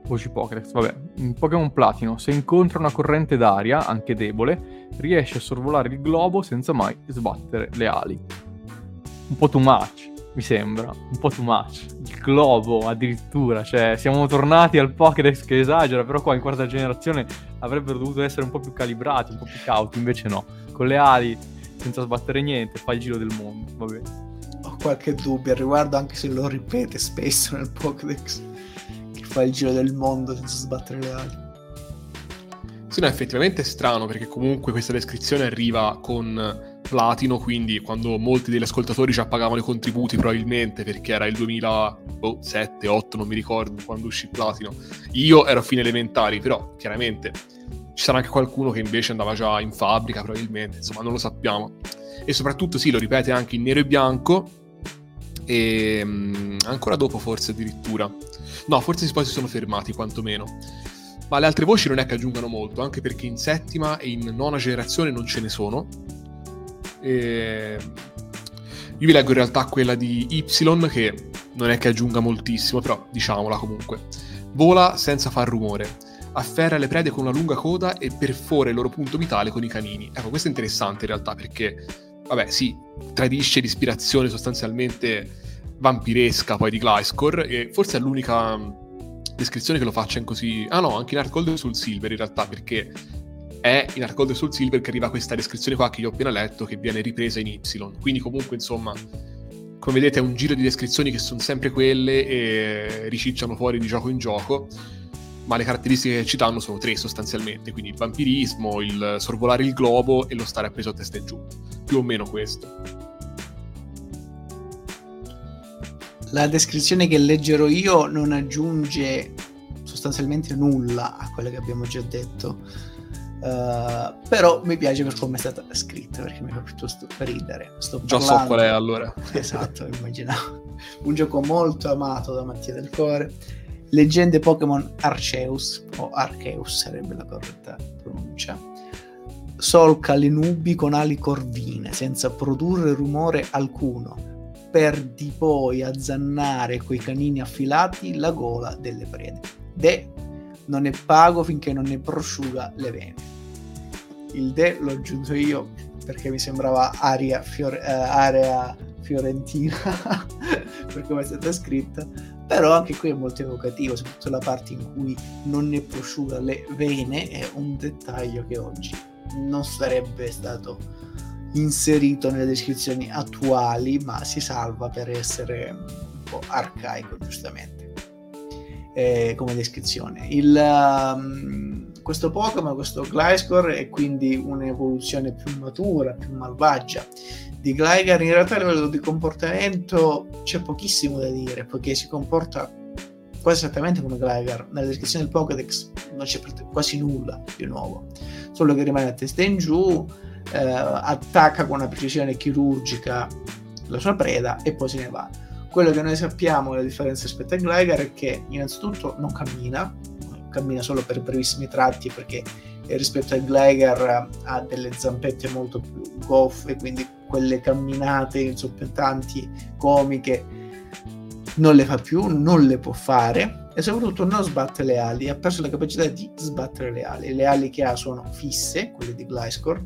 voci Pokédex, vabbè, in Pokémon Platino, se incontra una corrente d'aria, anche debole, riesce a sorvolare il globo senza mai sbattere le ali. Un po' too much, mi sembra, un po' too much. Il globo addirittura, cioè siamo tornati al Pokédex che esagera, però qua in quarta generazione avrebbero dovuto essere un po' più calibrati, un po' più cauti, invece no, con le ali, senza sbattere niente, fa il giro del mondo, va bene. Ho qualche dubbio al riguardo, anche se lo ripete spesso nel Pokédex, che fa il giro del mondo senza sbattere le ali. Sì, no, effettivamente è strano, perché comunque questa descrizione arriva con Platino, quindi quando molti degli ascoltatori già pagavano i contributi probabilmente, perché era il duemilasette otto, non mi ricordo quando uscì Platino. Io ero a fine elementari, però chiaramente ci sarà anche qualcuno che invece andava già in fabbrica probabilmente, insomma non lo sappiamo. E soprattutto sì, lo ripete anche in nero e bianco, e um, ancora dopo forse addirittura. No, forse poi si sono fermati quantomeno. Ma le altre voci non è che aggiungano molto, anche perché in settima e in nona generazione non ce ne sono. E... io vi leggo in realtà quella di Y, che non è che aggiunga moltissimo, però diciamola comunque. Vola senza far rumore, afferra le prede con una lunga coda e perfora il loro punto vitale con i canini. Ecco, questo è interessante in realtà, perché, vabbè, sì, tradisce l'ispirazione sostanzialmente vampiresca poi di Gliscor, e forse è l'unica descrizione che lo faccia in così... Ah no, anche in Heart Gold e Soul Silver in realtà, perché è in Heart Gold e Soul Silver che arriva questa descrizione qua che io ho appena letto, che viene ripresa in Y. Quindi comunque, insomma, come vedete è un giro di descrizioni che sono sempre quelle e ricicciano fuori di gioco in gioco, ma le caratteristiche che ci danno sono tre sostanzialmente, quindi il vampirismo, il sorvolare il globo e lo stare appeso a testa in giù, più o meno questo. La descrizione che leggerò io non aggiunge sostanzialmente nulla a quello che abbiamo già detto, uh, però mi piace per come è stata scritta, perché mi fa piuttosto ridere. Sto già parlando... so qual è allora. Esatto, immaginavo. Un gioco molto amato da Mattia del Core. Leggende Pokémon Arceus, o Arceus sarebbe la corretta pronuncia. Solca le nubi con ali corvine senza produrre rumore alcuno, per di poi azzannare coi canini affilati la gola delle prede. De non è pago finché non ne prosciuga le vene. Il de l'ho aggiunto io perché mi sembrava aria, fior- eh, area fiorentina per come è stata scritta, però anche qui è molto evocativo, soprattutto la parte in cui non ne prosciuga le vene, è un dettaglio che oggi non sarebbe stato inserito nelle descrizioni attuali, ma si salva per essere un po' arcaico, giustamente, eh, come descrizione. Il, um, questo Pokémon, questo Gliscor, è quindi un'evoluzione più matura, più malvagia di Gligar. In realtà a livello di comportamento c'è pochissimo da dire, poiché si comporta quasi esattamente come Gligar. Nella descrizione del Pokédex non c'è quasi nulla di nuovo, solo che rimane a testa in giù, eh, attacca con una precisione chirurgica la sua preda e poi se ne va. Quello che noi sappiamo, la differenza rispetto a Gligar, è che innanzitutto non cammina, cammina solo per brevissimi tratti, perché rispetto a Gligar ha delle zampette molto più goffe, quindi quelle camminate insoppettanti, comiche, non le fa più, non le può fare, e soprattutto non sbatte le ali. Ha perso la capacità di sbattere le ali. Le ali che ha sono fisse, quelle di Gliscor,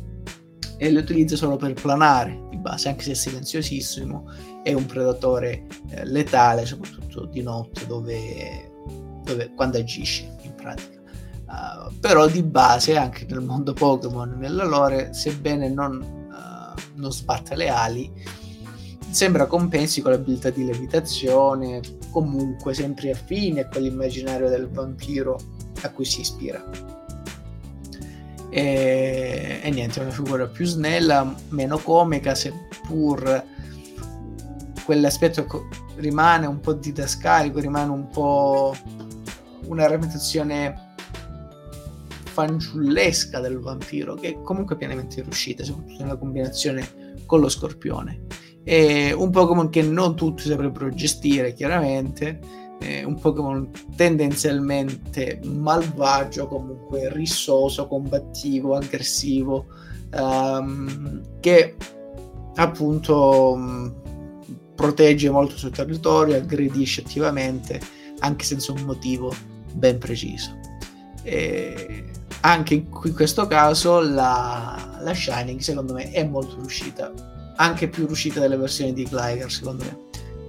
e le utilizza solo per planare di base, anche se è silenziosissimo. È un predatore eh, letale, soprattutto di notte, dove, dove quando agisce in pratica. Uh, però di base anche nel mondo Pokémon, nella lore, sebbene non, uh, non sbatta le ali, sembra compensi con l'abilità di levitazione, comunque sempre affine a quell'immaginario del vampiro a cui si ispira. E, e niente, è una figura più snella, meno comica, seppur quell'aspetto co- rimane un po' didascalico, rimane un po' una rappresentazione fanciullesca del vampiro, che è comunque pienamente riuscita, soprattutto nella combinazione con lo scorpione. È un Pokémon che non tutti saprebbero gestire, chiaramente, è un Pokémon tendenzialmente malvagio, comunque rissoso, combattivo, aggressivo, um, che appunto um, protegge molto il suo territorio, aggredisce attivamente anche senza un motivo ben preciso. E anche in questo caso la, la Shining secondo me è molto riuscita, anche più riuscita delle versioni di Gligar secondo me.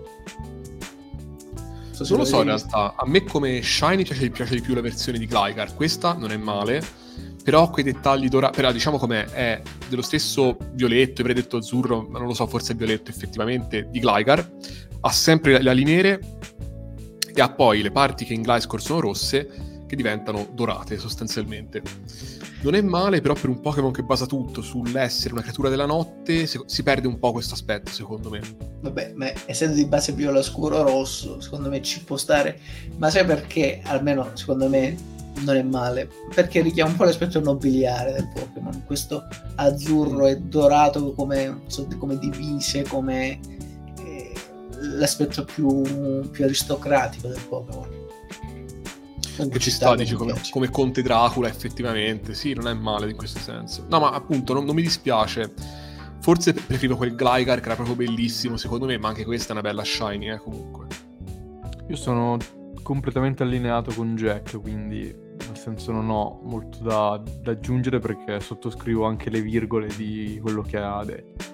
So non lo so in realtà, a me come Shiny piace, piace di più la versione di Gligar, questa non è male, però quei dettagli dorati, però diciamo com'è, è dello stesso violetto, avrei detto azzurro, ma non lo so, forse è violetto effettivamente, di Gligar, ha sempre le ali nere e ha poi le parti che in Gliscor sono rosse che diventano dorate sostanzialmente. Non è male, però per un Pokémon che basa tutto sull'essere una creatura della notte si, si perde un po' questo aspetto secondo me. Vabbè, ma essendo di base viola scuro rosso secondo me ci può stare, ma sai perché almeno secondo me non è male? Perché richiama un po' l'aspetto nobiliare del Pokémon, questo azzurro e dorato come, come divise, come eh, l'aspetto più, più aristocratico del Pokémon. Che ci sta, dice, come, come Conte Dracula effettivamente, sì, non è male in questo senso. No, ma appunto non, non mi dispiace, forse preferivo quel Gligar che era proprio bellissimo secondo me, ma anche questa è una bella Shiny, eh, comunque. Io sono completamente allineato con Jack, quindi nel senso non ho molto da, da aggiungere, perché sottoscrivo anche le virgole di quello che ha detto.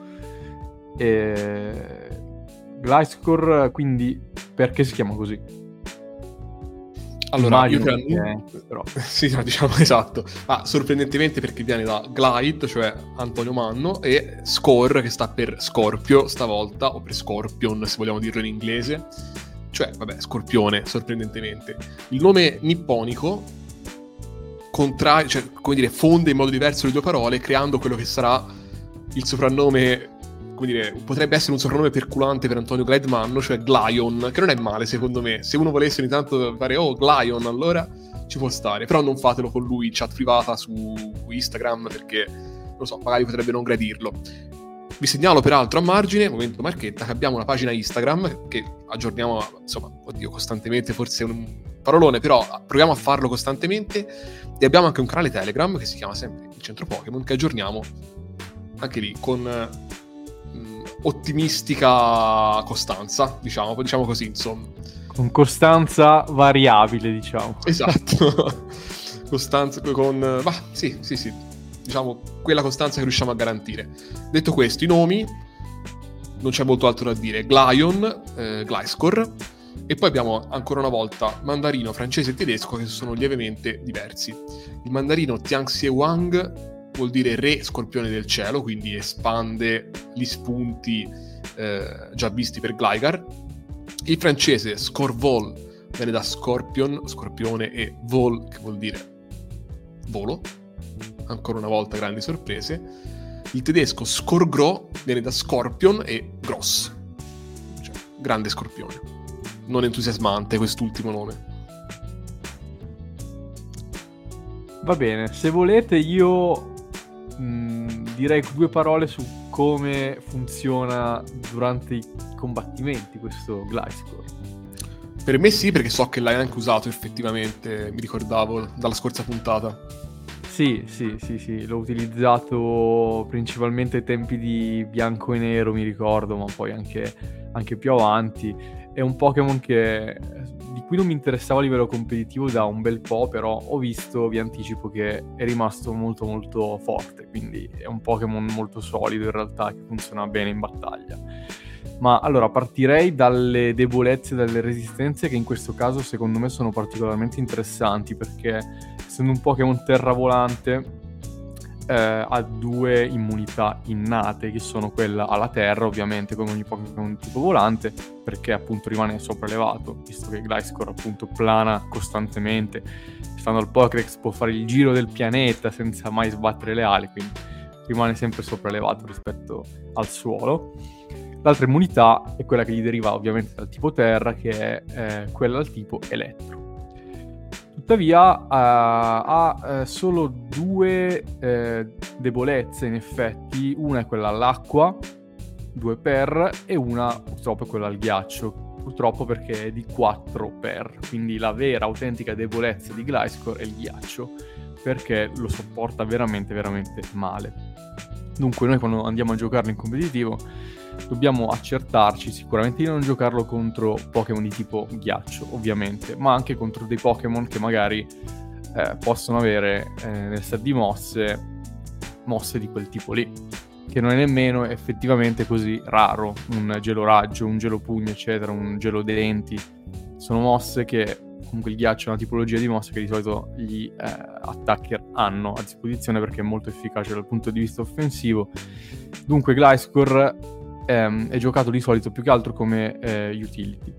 E Gliscor, quindi perché si chiama così? Allora, io che... però... sì, no, diciamo esatto, ma sorprendentemente perché viene da Glide, cioè Antonio Manno, e Score, che sta per Scorpio stavolta, o per Scorpion se vogliamo dirlo in inglese, cioè, vabbè, Scorpione, sorprendentemente. Il nome nipponico contra... cioè, come dire, fonde in modo diverso le due parole, creando quello che sarà il soprannome, come dire, potrebbe essere un soprannome perculante per Antonio Glidemanno, cioè Glion, che non è male secondo me. Se uno volesse ogni tanto fare oh Glion, allora ci può stare, però non fatelo con lui in chat privata su Instagram, perché non lo so, magari potrebbe non gradirlo. Vi segnalo peraltro a margine, momento marchetta, che abbiamo una pagina Instagram che aggiorniamo, insomma, oddio, costantemente, forse è un parolone, però proviamo a farlo costantemente, e abbiamo anche un canale Telegram che si chiama sempre Il Centro Pokémon, che aggiorniamo anche lì con ottimistica costanza, diciamo, diciamo così, insomma. Con costanza variabile, diciamo. Esatto. Costanza con... bah, sì, sì, sì. Diciamo, quella costanza che riusciamo a garantire. Detto questo, i nomi, non c'è molto altro da dire. Glion, eh, Gliscor, e poi abbiamo ancora una volta mandarino, francese e tedesco, che sono lievemente diversi. Il mandarino Tianxie Wang vuol dire re scorpione del cielo, quindi espande gli spunti eh, già visti per Gligar. Il francese Scorvol viene da Scorpion, scorpione, e Vol, che vuol dire volo. Ancora una volta grandi sorprese. Il tedesco Scorgro viene da Scorpion e Gross, cioè grande scorpione. Non entusiasmante quest'ultimo nome. Va bene, se volete io mh, direi due parole su come funziona durante i combattimenti questo Gliscor. Per me sì, perché so che l'hai anche usato effettivamente, mi ricordavo dalla scorsa puntata. Sì, sì, sì, sì, l'ho utilizzato principalmente ai tempi di Bianco e Nero, mi ricordo, ma poi anche, anche più avanti. È un Pokémon che, di cui non mi interessava a livello competitivo da un bel po', però ho visto, vi anticipo, che è rimasto molto molto forte, quindi è un Pokémon molto solido in realtà, che funziona bene in battaglia. Ma allora partirei dalle debolezze e dalle resistenze, che in questo caso secondo me sono particolarmente interessanti, perché essendo un Pokémon terravolante eh, ha due immunità innate, che sono quella alla terra, ovviamente come ogni Pokémon tipo volante, perché appunto rimane sopraelevato, visto che Gliscor appunto plana costantemente, stando al Pokédex può fare il giro del pianeta senza mai sbattere le ali, quindi rimane sempre sopraelevato rispetto al suolo. L'altra immunità è quella che gli deriva ovviamente dal tipo terra, che è eh, quella al tipo elettro. Tuttavia uh, ha uh, solo due uh, debolezze in effetti, una è quella all'acqua, due per, e una purtroppo è quella al ghiaccio, purtroppo perché è di quattro per, quindi la vera autentica debolezza di Gliscor è il ghiaccio, perché lo sopporta veramente veramente male. Dunque noi quando andiamo a giocarlo in competitivo dobbiamo accertarci sicuramente di non giocarlo contro Pokémon di tipo ghiaccio, ovviamente, ma anche contro dei Pokémon che magari eh, possono avere eh, nel set di mosse mosse di quel tipo lì, che non è nemmeno effettivamente così raro. Un gelo raggio, un gelo pugno, eccetera, un gelo denti, sono mosse che comunque il ghiaccio è una tipologia di mosse che di solito gli eh, attacker hanno a disposizione perché è molto efficace dal punto di vista offensivo. Dunque Gliscor ehm, è giocato di solito più che altro come eh, utility.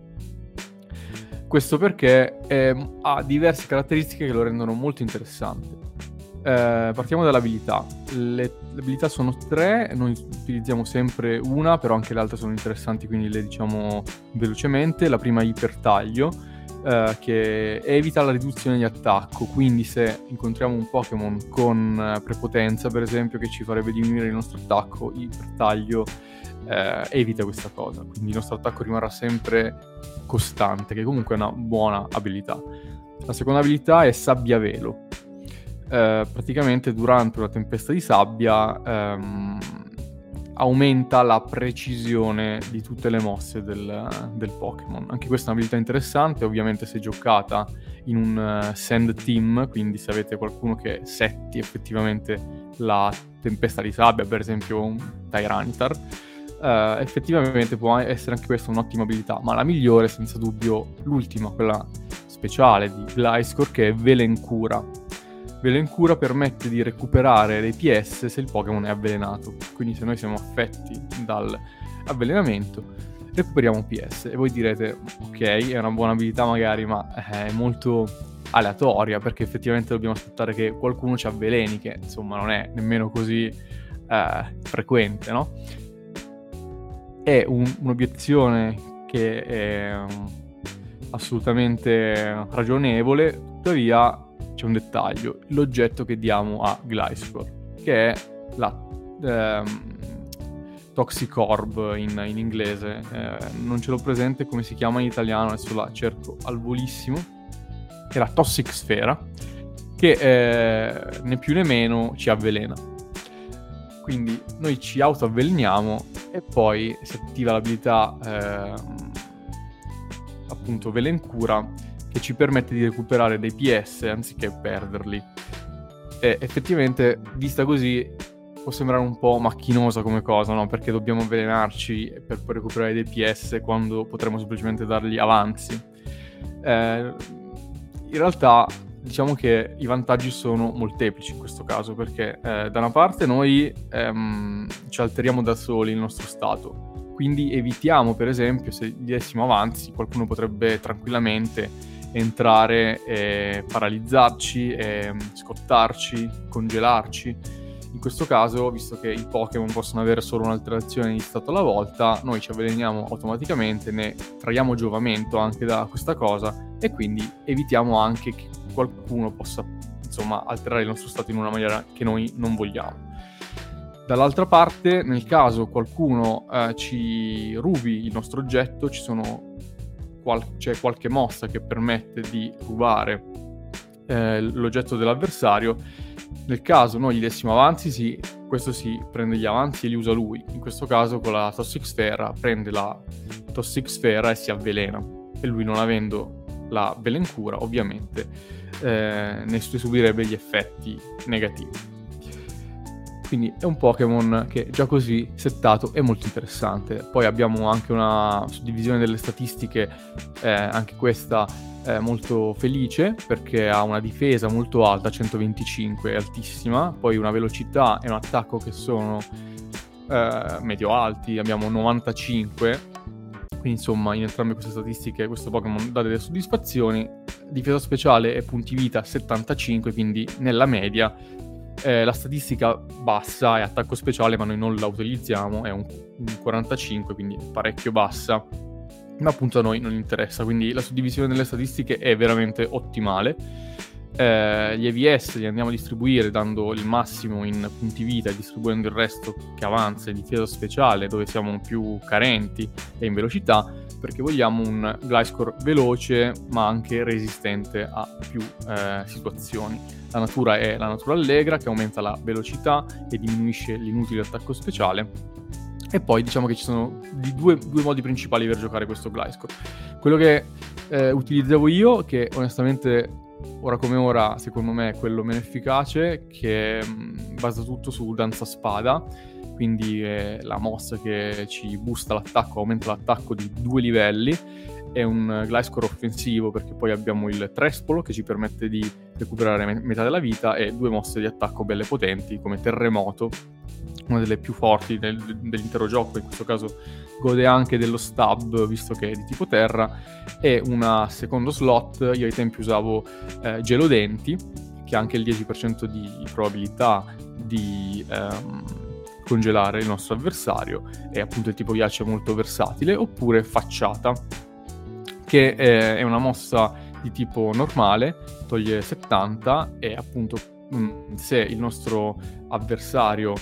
Questo perché eh, ha diverse caratteristiche che lo rendono molto interessante. Eh, partiamo dall'abilità. Le, le abilità sono tre, noi utilizziamo sempre una, però anche le altre sono interessanti, quindi le diciamo velocemente. La prima è ipertaglio, eh, che evita la riduzione di attacco, quindi se incontriamo un Pokémon con eh, prepotenza, per esempio, che ci farebbe diminuire il nostro attacco, ipertaglio eh, evita questa cosa, quindi il nostro attacco rimarrà sempre costante, che comunque è una buona abilità. La seconda abilità è sabbia velo. Uh, praticamente durante una tempesta di sabbia um, aumenta la precisione di tutte le mosse del, del Pokémon. Anche questa è un'abilità interessante, ovviamente se giocata in un uh, send team, quindi se avete qualcuno che setti effettivamente la tempesta di sabbia, per esempio un Tyranitar, uh, effettivamente può essere anche questa un'ottima abilità, ma la migliore senza dubbio l'ultima, quella speciale di Gliscor, che è Velencura. Velencura permette di recuperare dei P S se il Pokémon è avvelenato, quindi se noi siamo affetti dal avvelenamento recuperiamo P S. E voi direte, ok, è una buona abilità magari, ma è molto aleatoria, perché effettivamente dobbiamo aspettare che qualcuno ci avveleni, che insomma non è nemmeno così eh, frequente, no? È un, un'obiezione che è um, assolutamente ragionevole, tuttavia c'è un dettaglio: l'oggetto che diamo a Gliscor, che è la ehm, Toxicorp in, in inglese, eh, non ce l'ho presente come si chiama in italiano, adesso la cerco al volissimo. È la Toxic Sfera, che eh, né più né meno ci avvelena. Quindi noi ci autoavveleniamo e poi si attiva l'abilità eh, appunto Velencura, che ci permette di recuperare dei P S anziché perderli. E effettivamente, vista così, può sembrare un po' macchinosa come cosa, no? Perché dobbiamo avvelenarci per poi recuperare dei P S quando potremmo semplicemente dargli avanzi. Eh, in realtà, diciamo che i vantaggi sono molteplici in questo caso, perché eh, da una parte noi ehm, ci alteriamo da soli il nostro stato, quindi evitiamo, per esempio, se gli dessimo avanzi, qualcuno potrebbe tranquillamente entrare e paralizzarci, e scottarci, congelarci. In questo caso, visto che i Pokémon possono avere solo un'alterazione di stato alla volta, noi ci avveleniamo automaticamente, ne traiamo giovamento anche da questa cosa e quindi evitiamo anche che qualcuno possa, insomma, alterare il nostro stato in una maniera che noi non vogliamo. Dall'altra parte, nel caso qualcuno eh, ci rubi il nostro oggetto, ci sono Qual- c'è qualche mossa che permette di rubare eh, l'oggetto dell'avversario. Nel caso noi gli dessimo avanzi, sì, questo si prende gli avanzi e li usa lui. In questo caso con la Toxic Sfera prende la Toxic Sfera e si avvelena, e lui, non avendo la Velencura, ovviamente eh, ne subirebbe gli effetti negativi. Quindi è un Pokémon che già così settato è molto interessante. Poi abbiamo anche una suddivisione delle statistiche, eh, anche questa eh, molto felice, perché ha una difesa molto alta, centoventicinque, altissima, poi una velocità e un attacco che sono eh, medio alti, abbiamo novantacinque, quindi insomma in entrambe queste statistiche questo Pokémon dà delle soddisfazioni. Difesa speciale e punti vita settantacinque, quindi nella media. Eh, la statistica bassa è attacco speciale, ma noi non la utilizziamo, è un, un quarantacinque, quindi parecchio bassa, ma appunto a noi non interessa, quindi la suddivisione delle statistiche è veramente ottimale. eh, gli E V S li andiamo a distribuire dando il massimo in punti vita e distribuendo il resto che avanza in difesa speciale, dove siamo più carenti, e in velocità, perché vogliamo un Gliscor veloce ma anche resistente a più eh, situazioni. La natura è la natura allegra, che aumenta la velocità e diminuisce l'inutile attacco speciale. E poi diciamo che ci sono di due, due modi principali per giocare questo Gliscor. Quello che eh, utilizzavo io, che onestamente ora come ora secondo me è quello meno efficace, che mh, basa tutto su danza spada, quindi è la mossa che ci boosta l'attacco, aumenta l'attacco di due livelli. È un Gliscor offensivo perché poi abbiamo il trespolo che ci permette di recuperare me- metà della vita, e due mosse di attacco belle potenti come terremoto, una delle più forti del, dell'intero gioco, in questo caso gode anche dello stab visto che è di tipo terra, e una secondo slot. Io ai tempi usavo eh, Gelodenti, che ha anche il dieci per cento di probabilità di ehm, congelare il nostro avversario, e appunto il tipo ghiaccio è molto versatile, oppure Facciata, che è, è una mossa di tipo normale, toglie settanta, e appunto mh, se il nostro avversario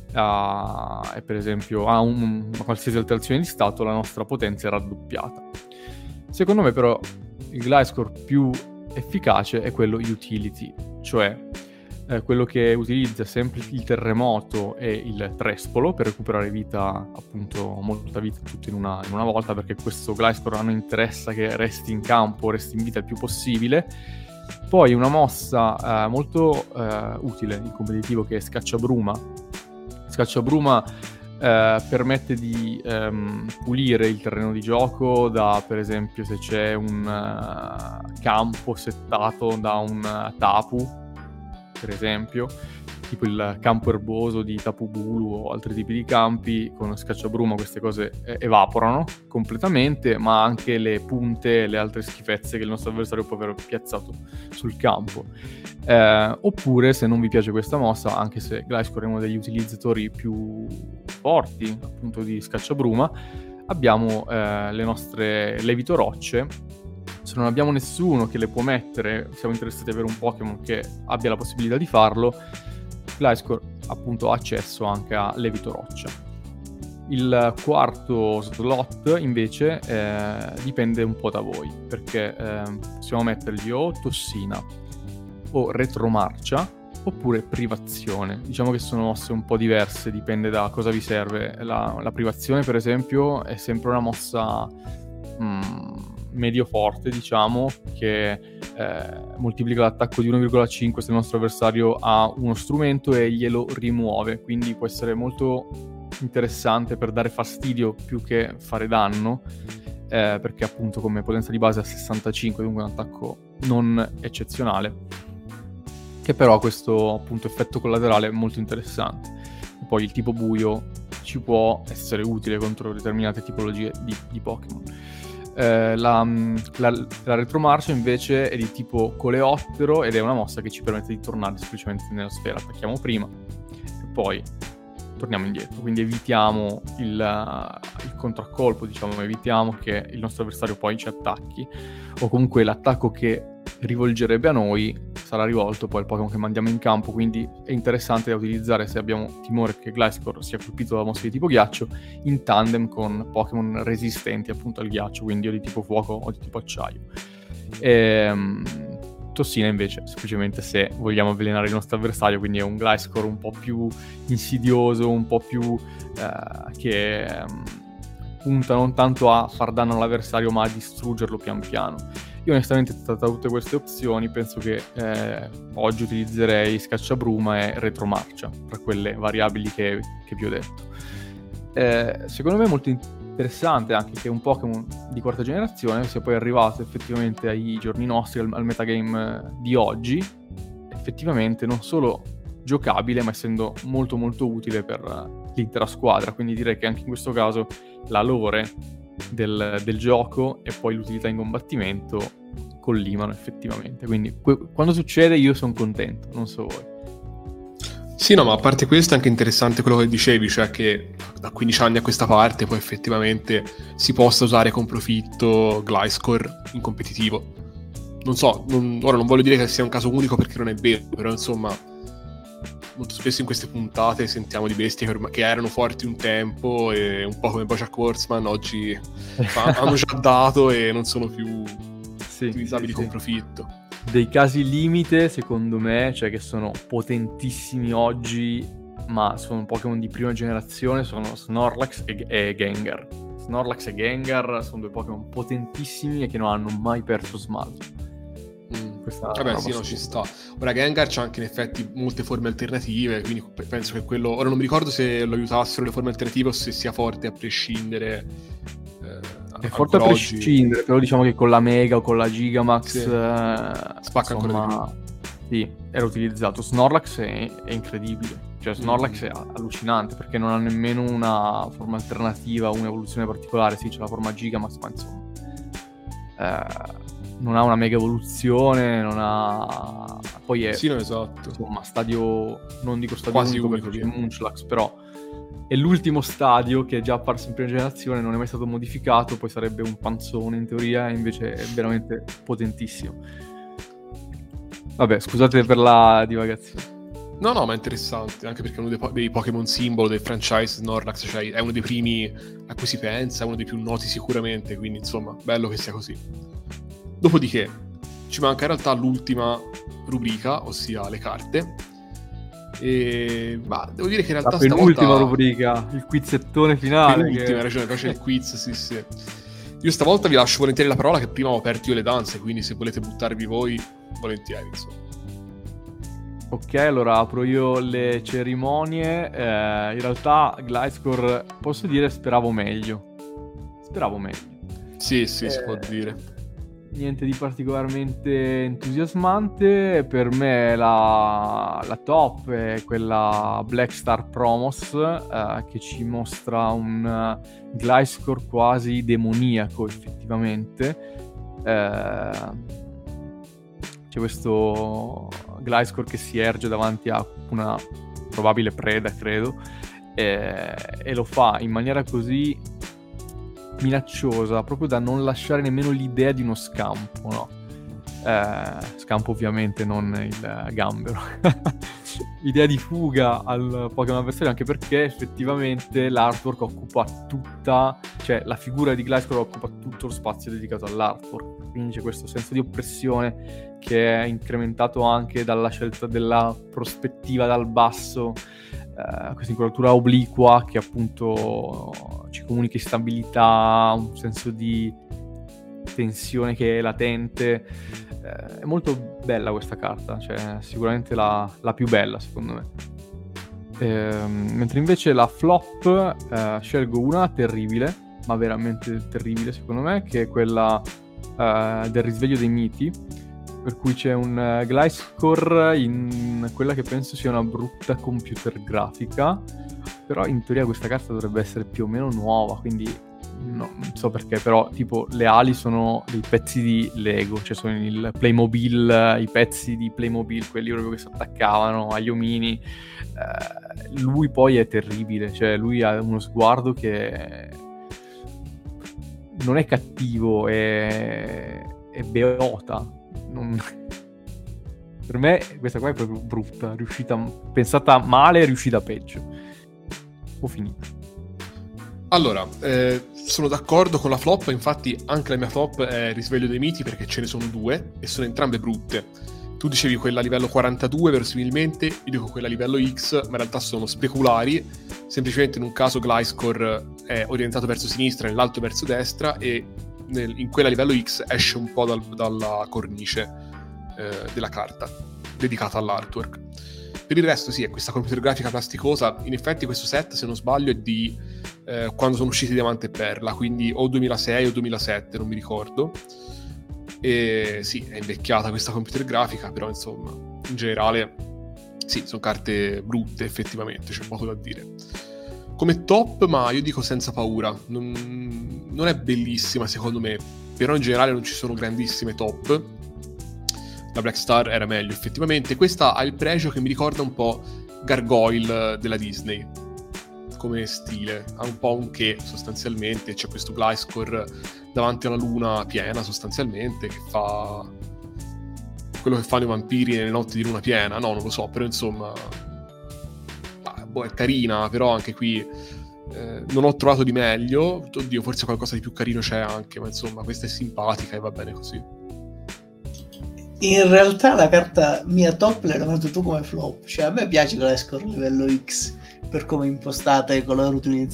Uh, e per esempio ha un, una qualsiasi alterazione di stato, la nostra potenza è raddoppiata. Secondo me però il Gliscor più efficace è quello utility, cioè eh, quello che utilizza sempre il terremoto e il trespolo per recuperare vita, appunto molta vita tutto in una, in una volta, perché questo Gliscor non interessa che resti in campo, resti in vita il più possibile. Poi una mossa eh, molto eh, utile in competitivo, che è Scacciabruma. Scacciabruma eh, permette di ehm, pulire il terreno di gioco da, per esempio, se c'è un uh, campo settato da un uh, tapu, per esempio, tipo il campo erboso di Tapu Bulu o altri tipi di campi. Con Scacciabruma queste cose eh, evaporano completamente, ma anche le punte e le altre schifezze che il nostro avversario può aver piazzato sul campo. Eh, oppure, se non vi piace questa mossa, anche se Gliscor è uno degli utilizzatori più forti appunto di Scacciabruma, abbiamo eh, le nostre Levito Rocce. Se non abbiamo nessuno che le può mettere, siamo interessati ad avere un Pokémon che abbia la possibilità di farlo, Gliscor appunto ha accesso anche a Levito Roccia. Il quarto slot invece eh, dipende un po' da voi, perché eh, possiamo mettergli o Tossina o Retromarcia oppure Privazione. Diciamo che sono mosse un po' diverse, dipende da cosa vi serve. La, la Privazione, per esempio, è sempre una mossa mm, medio forte, diciamo, che eh, moltiplica l'attacco di uno virgola cinque se il nostro avversario ha uno strumento e glielo rimuove, quindi può essere molto interessante per dare fastidio più che fare danno, eh, perché appunto come potenza di base a sessantacinque, dunque un attacco non eccezionale, che però ha questo appunto effetto collaterale molto interessante. E poi il tipo buio ci può essere utile contro determinate tipologie di, di Pokémon. Eh, la, la, la Retromarcia invece è di tipo Coleottero ed è una mossa che ci permette di tornare semplicemente nella sfera. Attacchiamo prima e poi torniamo indietro, quindi evitiamo il, il contraccolpo, diciamo, evitiamo che il nostro avversario poi ci attacchi, o comunque l'attacco che rivolgerebbe a noi sarà rivolto poi al Pokémon che mandiamo in campo, quindi è interessante da utilizzare se abbiamo timore che Gliscor sia colpito da mosse di tipo ghiaccio, in tandem con Pokémon resistenti appunto al ghiaccio, quindi o di tipo fuoco o di tipo acciaio. Ehm... Tossina invece semplicemente se vogliamo avvelenare il nostro avversario, quindi è un Gliscor un po' più insidioso, un po' più eh, che eh, punta non tanto a far danno all'avversario ma a distruggerlo pian piano. Io onestamente, tra tutte queste opzioni, penso che eh, oggi utilizzerei Scacciabruma e Retromarcia tra quelle variabili che, che vi ho detto. Eh, secondo me è molto interessante interessante anche che un Pokémon di quarta generazione sia poi arrivato effettivamente ai giorni nostri, al, al metagame di oggi, effettivamente non solo giocabile, ma essendo molto molto utile per l'intera squadra. Quindi direi che anche in questo caso la lore del, del gioco e poi l'utilità in combattimento collimano effettivamente. Quindi que- quando succede io sono contento, non so voi. Sì, no, ma a parte questo è anche interessante quello che dicevi, cioè che da quindici anni a questa parte poi effettivamente si possa usare con profitto Gliscor in competitivo. non so, non, ora non voglio dire che sia un caso unico perché non è vero, però insomma molto spesso in queste puntate sentiamo di bestie che, ormai, che erano forti un tempo e un po' come Bojack Horseman oggi hanno già dato e non sono più sì, utilizzabili sì, con sì. profitto. Dei casi limite secondo me, cioè che sono potentissimi oggi ma sono Pokémon di prima generazione, sono Snorlax e, e Gengar. Snorlax e Gengar sono due Pokémon potentissimi e che non hanno mai perso smalto. Mm. Vabbè sì, no, ci sta. Ora Gengar c'ha anche in effetti molte forme alternative, quindi penso che quello... Ora non mi ricordo se lo aiutassero le forme alternative o se sia forte a prescindere. Eh, è forte a prescindere, oggi... però diciamo che con la Mega o con la Gigamax sì. eh, spacca insomma, ancora di più. Sì, era utilizzato. Snorlax è, è incredibile. Cioè Snorlax mm. è allucinante perché non ha nemmeno una forma alternativa, un'evoluzione particolare. Sì, c'è la forma Gigamax, ma insomma... Eh... non ha una mega evoluzione, non ha... Poi è... Sì, no, esatto. Insomma, stadio... Non dico stadio quasi unico, unico perché c'è Munchlax, però è l'ultimo stadio che è già apparso in prima generazione, non è mai stato modificato, poi sarebbe un panzone in teoria, invece è veramente potentissimo. Vabbè, scusate per la divagazione. No, no, ma è interessante, anche perché è uno dei, po- dei Pokémon simbolo del franchise Snorlax, cioè è uno dei primi a cui si pensa, è uno dei più noti sicuramente, quindi insomma, bello che sia così. Dopodiché ci manca in realtà l'ultima rubrica, ossia le carte. E ma devo dire che in realtà la penultima stavolta... rubrica, il quizzettone finale. L'ultima, che... hai ragione, poi c'è il quiz, sì sì. Io stavolta vi lascio volentieri la parola, che prima ho aperto io le danze, quindi se volete buttarvi voi, volentieri, insomma. Ok, allora apro io le cerimonie. Eh, in realtà Gliscor, posso dire, speravo meglio. Speravo meglio. Sì, sì, eh... si può dire. Niente di particolarmente entusiasmante. Per me la, la top è quella Black Star Promos, eh, che ci mostra un uh, Gliscor quasi demoniaco effettivamente. Eh, c'è questo Gliscor che si erge davanti a una probabile preda, credo, e, e lo fa in maniera così minacciosa, proprio da non lasciare nemmeno l'idea di uno scampo, no? Eh, scampo ovviamente, non il gambero. Idea di fuga al Pokémon avversario, anche perché effettivamente l'artwork occupa tutta, cioè la figura di Gliscor occupa tutto lo spazio dedicato all'artwork, quindi c'è questo senso di oppressione che è incrementato anche dalla scelta della prospettiva dal basso, eh, questa inquadratura obliqua che appunto ci comunica instabilità, un senso di tensione che è latente. Eh, è molto bella questa carta, cioè sicuramente la, la più bella secondo me. Eh, mentre invece la flop, eh, scelgo una terribile, ma veramente terribile secondo me, che è quella eh, del risveglio dei miti, per cui c'è un uh, Gliscor in quella che penso sia una brutta computer grafica, però in teoria questa carta dovrebbe essere più o meno nuova, quindi no, non so perché, però tipo le ali sono dei pezzi di Lego, cioè sono il Playmobil, i pezzi di Playmobil, quelli proprio che si attaccavano agli omini. Eh, lui poi è terribile, cioè lui ha uno sguardo che non è cattivo, è, è beota. Non... per me questa qua è proprio brutta, riuscita, pensata male, riuscita peggio. Ho finito. Allora, eh, sono d'accordo con la flop, infatti anche la mia flop è Risveglio dei Miti, perché ce ne sono due e sono entrambe brutte. Tu dicevi quella a livello quarantadue verosimilmente, io dico quella a livello X, ma in realtà sono speculari. Semplicemente in un caso Gliscor è orientato verso sinistra, nell'altro verso destra, e nel, in quella a livello X esce un po' dal, dalla cornice eh, della carta dedicata all'artwork. Per il resto sì, è questa computer grafica plasticosa. In effetti questo set, se non sbaglio, è di eh, quando sono usciti Diamante e Perla, quindi o duemilasei o duemilasette, non mi ricordo. E sì, è invecchiata questa computer grafica, però insomma, in generale sì, sono carte brutte effettivamente, c'è poco da dire. Come top, ma io dico senza paura, non, non è bellissima secondo me, però in generale non ci sono grandissime top. La Black Star era meglio effettivamente. Questa ha il pregio che mi ricorda un po' Gargoyle della Disney come stile, ha un po' un che sostanzialmente, c'è questo Gliscor davanti a una luna piena sostanzialmente che fa quello che fanno i vampiri nelle notti di luna piena, no, non lo so, però insomma ah, boh, è carina, però anche qui eh, non ho trovato di meglio. Oddio, forse qualcosa di più carino c'è anche, ma insomma questa è simpatica e va bene così. In realtà la carta mia top l'hai notato tu come flop, cioè a me piace Gliscor livello X per come è impostata e i colori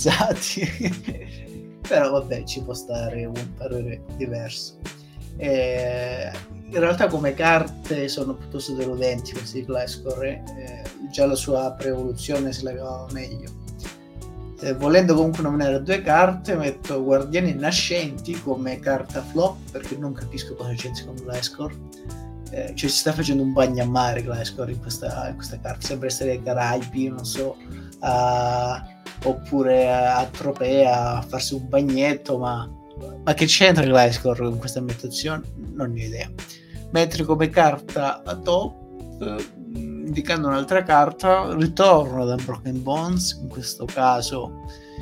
utilizzati però vabbè, ci può stare un parere diverso. Eh, in realtà come carte sono piuttosto deludenti questi di Gliscor, eh, già la sua pre-evoluzione se la cavava meglio. Eh, volendo comunque nominare due carte, metto Guardiani Nascenti come carta flop, perché non capisco cosa c'entri con Gliscor. Eh, cioè si sta facendo un bagno a mare Gliscor in questa, in questa carta, sembra essere ai Caraibi, non so, a, oppure a Tropea a farsi un bagnetto, ma, ma che c'entra Gliscor in questa ambientazione? Non ne ho idea. Mentre come carta a top, eh, indicando un'altra carta, ritorno da Broken Bones, in questo caso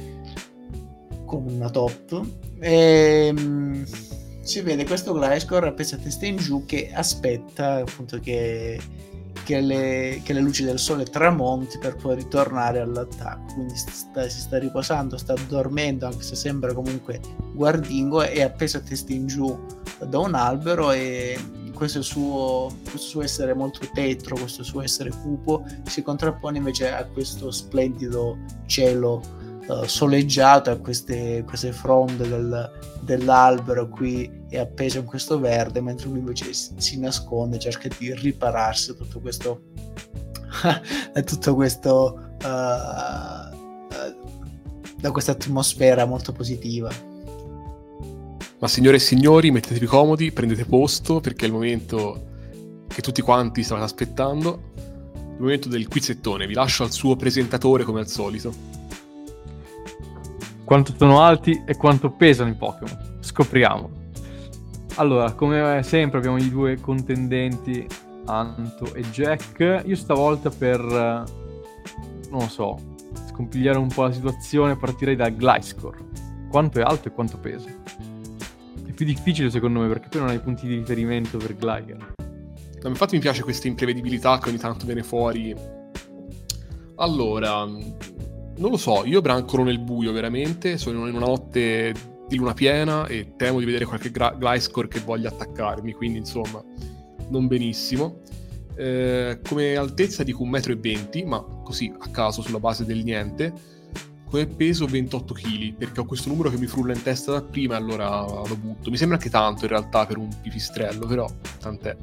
con una top, e si vede questo Gliscor appesa a testa in giù che aspetta appunto che, che, le, che le luci del sole tramonti per poi ritornare all'attacco, quindi sta, si sta riposando, sta dormendo, anche se sembra comunque guardingo, è appeso a testa in giù da un albero, e questo suo, questo suo essere molto tetro, questo suo essere cupo si contrappone invece a questo splendido cielo Uh, soleggiato, a queste, queste fronde del, dell'albero. Qui è appeso in questo verde, mentre lui invece si, si nasconde, cerca di ripararsi da tutto questo da tutto questo uh, uh, da questa atmosfera molto positiva. Ma signore e signori, mettetevi comodi, prendete posto, perché è il momento che tutti quanti stavate aspettando, il momento del quizzettone. Vi lascio al suo presentatore come al solito. Quanto sono alti e quanto pesano i Pokémon? Scopriamo. Allora, come sempre abbiamo i due contendenti, Anto e Jack. Io stavolta per, non lo so, scompigliare un po' la situazione, partirei da Gliscor. Quanto è alto e quanto pesa? È più difficile secondo me, perché poi non hai punti di riferimento per Gligar. No, infatti mi piace questa imprevedibilità che ogni tanto viene fuori. Allora, non lo so, io brancolo nel buio veramente, sono in una notte di luna piena e temo di vedere qualche gra- Gliscor che voglia attaccarmi, quindi insomma non benissimo. Eh, come altezza dico un metro e venti, ma così a caso sulla base del niente. Come peso ventotto chili, perché ho questo numero che mi frulla in testa da prima e allora lo butto. Mi sembra anche tanto in realtà per un pipistrello, però tant'è.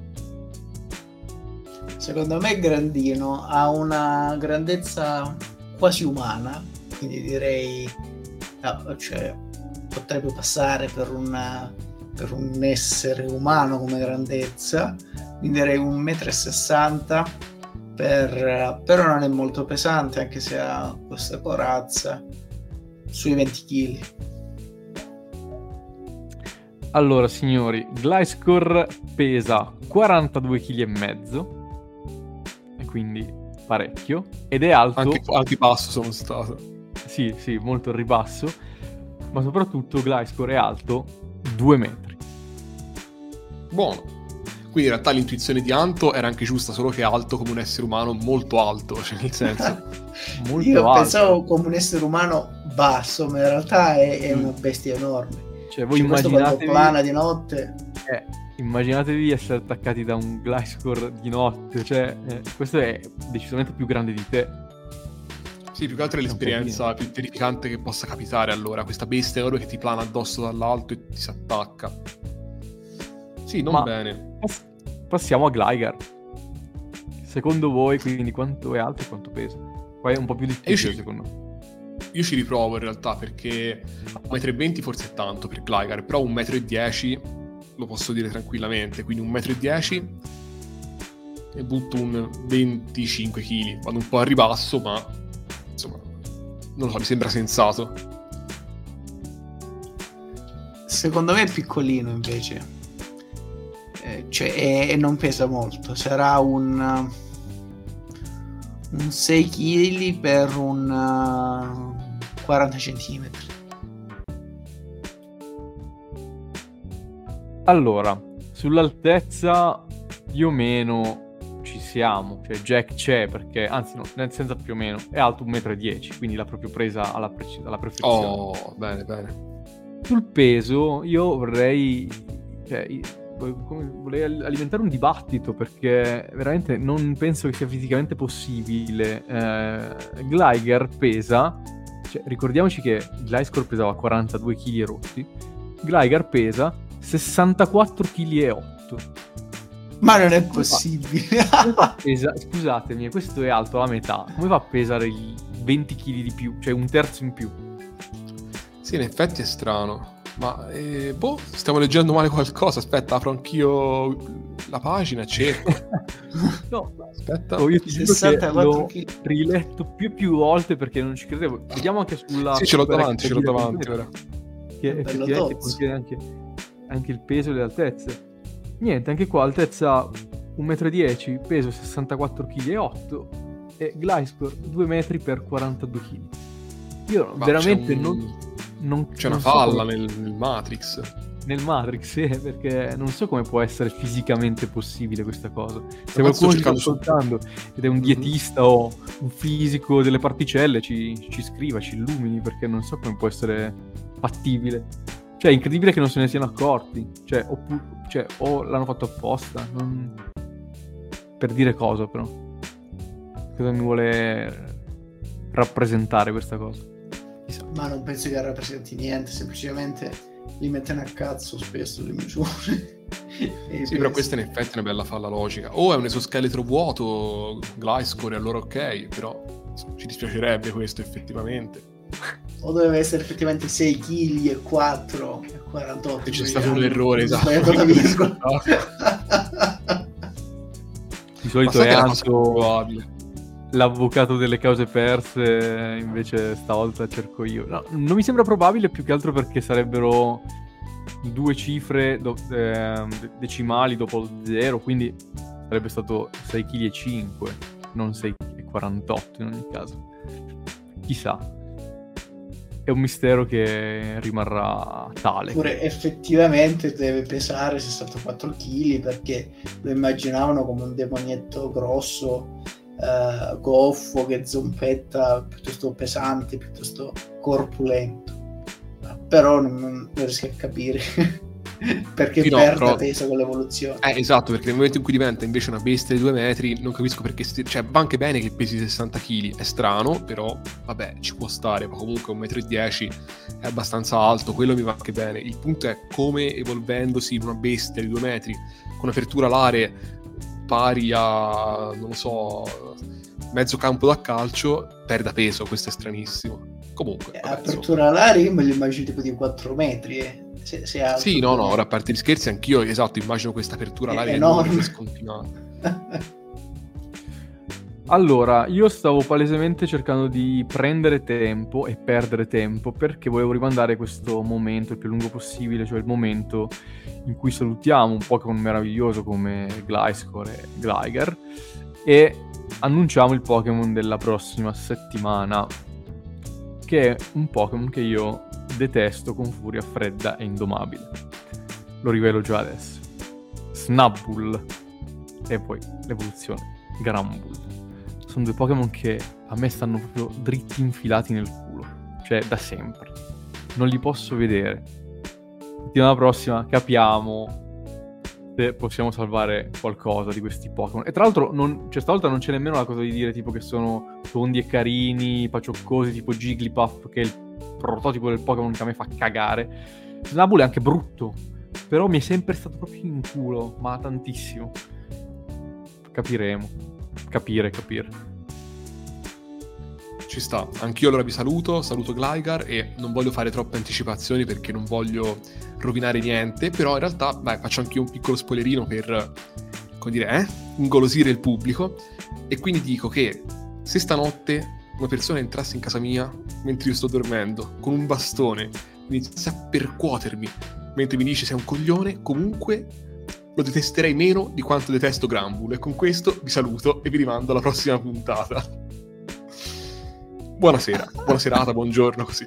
Secondo me è grandino, ha una grandezza quasi umana, quindi direi no, cioè, potrebbe passare per, una, per un essere umano come grandezza, quindi direi un metro e sessanta, per, però non è molto pesante, anche se ha questa corazza, sui venti chili. Allora signori, Gliscor pesa quarantadue chili e mezzo, e quindi parecchio, ed è alto anche, anche basso sono stato, sì sì molto ribasso, ma soprattutto Gliscor è alto due metri. Buono, quindi in realtà l'intuizione di Anto era anche giusta, solo che è alto come un essere umano molto alto, cioè nel senso molto io alto. Pensavo come un essere umano basso, ma in realtà è, è una bestia enorme, cioè voi cioè, immaginatevi plana di notte eh, immaginatevi di essere attaccati da un Gliscor di notte, cioè eh, questo è decisamente più grande di te. Sì, più che altro è l'esperienza più terrificante che possa capitare, allora, questa bestia enorme che ti plana addosso dall'alto e ti si attacca. Sì, non Ma bene. pass- passiamo a Gligar. Secondo voi, quindi, quanto è alto e quanto pesa? Qua è un po' più difficile, ci... secondo me. Io ci riprovo, in realtà, perché un metro e venti forse è tanto per Gligar, però un metro e dieci lo posso dire tranquillamente, quindi un metro e dieci e butto un venticinque chili. Vado un po' a ribasso, ma, insomma, non lo so, mi sembra sensato. Secondo me è piccolino, invece. Eh, cioè, e, e non pesa molto. Sarà un... un sei chili per un uh, quaranta centimetri. Allora, sull'altezza più o meno ci siamo, cioè Jack c'è perché, anzi no, nel senso più o meno, è alto un metro e dieci, quindi l'ha proprio presa alla, preci- alla perfezione. Oh, bene, bene. Sul peso io vorrei, cioè, come, vorrei alimentare un dibattito perché veramente non penso che sia fisicamente possibile. eh, Gligar pesa, cioè, ricordiamoci che Gliscor pesava quarantadue chili e rotti, Gligar pesa sessantaquattro chili e otto. Ma non è possibile. Come fa a pesa- Scusatemi, questo è alto la metà. Come va a pesare i venti chili di più? Cioè un terzo in più? Sì, in effetti è strano. Ma, eh, boh, stiamo leggendo male qualcosa. Aspetta, apro anch'io la pagina, cerco. No, aspetta. Oh, io ti giuro che l'ho chili. riletto più e più volte perché non ci credevo. Vediamo anche sulla... Sì, ce l'ho Super davanti, ce l'ho Extra davanti ora. Che Bello effettivamente tozzo. contiene anche, anche il peso e le altezze. Niente, anche qua altezza un metro e dieci, peso sessantaquattro chili e otto e Gliscor due metri per quarantadue chili. Io Ma veramente c'è un- non, non C'è non una so falla come- nel, nel Matrix. nel Matrix, eh, perché non so come può essere fisicamente possibile questa cosa. Se Ma qualcuno sto ci sta cercando su- ascoltando ed è un Mhm. dietista o un fisico delle particelle, ci, ci scriva, ci illumini, perché non so come può essere fattibile. Cioè, è incredibile che non se ne siano accorti. Cioè, oppu- cioè, o l'hanno fatto apposta. non- Per dire cosa, però. Cosa mi vuole rappresentare questa cosa? Chissà. Ma non penso che rappresenti niente, semplicemente li mettono a cazzo spesso le misure. E Sì, però questa in effetti è una bella falla logica. O è un esoscheletro vuoto, Gliscor, e allora ok, però insomma, ci dispiacerebbe questo effettivamente. O doveva essere effettivamente sei chili e quattro e quarantotto. E c'è stato un errore, Ho esatto. sbagliato la virgola. Di Ma solito sai è che è la cosa più Anto probabile? l'avvocato delle cause perse, invece stavolta cerco io. No, non mi sembra probabile, più che altro perché sarebbero due cifre do- ehm, decimali dopo il zero, quindi sarebbe stato sei chili e cinque, non sei chili e quarantotto in ogni caso. Chissà. È un mistero che rimarrà tale. Oppure effettivamente deve pesare sessantaquattro chili perché lo immaginavano come un demonietto grosso, eh, goffo, che zompetta, piuttosto pesante, piuttosto corpulento. Però non, non riesco a capire perché Sì, no, perde però- peso con l'evoluzione. Eh, esatto, perché nel momento in cui diventa invece una bestia di due metri, non capisco perché... sti- Cioè, va anche bene che pesi sessanta chili, è strano, però, vabbè, ci può stare, ma comunque un metro e dieci è abbastanza alto, quello mi va anche bene. Il punto è come evolvendosi in una bestia di due metri, con apertura alare pari a, non lo so, mezzo campo da calcio, perda peso, questo è stranissimo. Comunque, Eh, vabbè, insomma. apertura alare io me lo immagino tipo di quattro metri, eh. se, se è alto. Sì, no, no, ora a parte gli scherzi, anch'io, esatto, immagino questa apertura È all'aria enorme. enorme, scontinata. Allora, io stavo palesemente cercando di prendere tempo e perdere tempo perché volevo rimandare questo momento il più lungo possibile, cioè il momento in cui salutiamo un Pokémon meraviglioso come Gliscor e Gligar e annunciamo il Pokémon della prossima settimana, che è un Pokémon che io detesto con furia fredda e indomabile. Lo rivelo già adesso. Snubbull e poi l'evoluzione Granbull. Sono due Pokémon che a me stanno proprio dritti infilati nel culo, cioè da sempre. Non li posso vedere. Settimana prossima capiamo se possiamo salvare qualcosa di questi Pokémon. E tra l'altro, non, cioè stavolta non c'è nemmeno la cosa di dire tipo che sono tondi e carini, pacioccosi, tipo Jigglypuff, che è il prototipo del Pokémon che a me fa cagare. Snubbull è anche brutto, però mi è sempre stato proprio in culo, ma tantissimo. Capiremo. Capire, capire. Ci sta, anch'io allora vi saluto, saluto Gligar e non voglio fare troppe anticipazioni perché non voglio rovinare niente, però in realtà, dai, faccio anche un piccolo spoilerino per, come dire, eh, ingolosire il pubblico, e quindi dico che se stanotte una persona entrasse in casa mia mentre io sto dormendo, con un bastone, iniziasse a percuotermi mentre mi dice sei un coglione, comunque lo detesterei meno di quanto detesto Granbull, e con questo vi saluto e vi rimando alla prossima puntata. Buonasera, buona serata, buongiorno, così.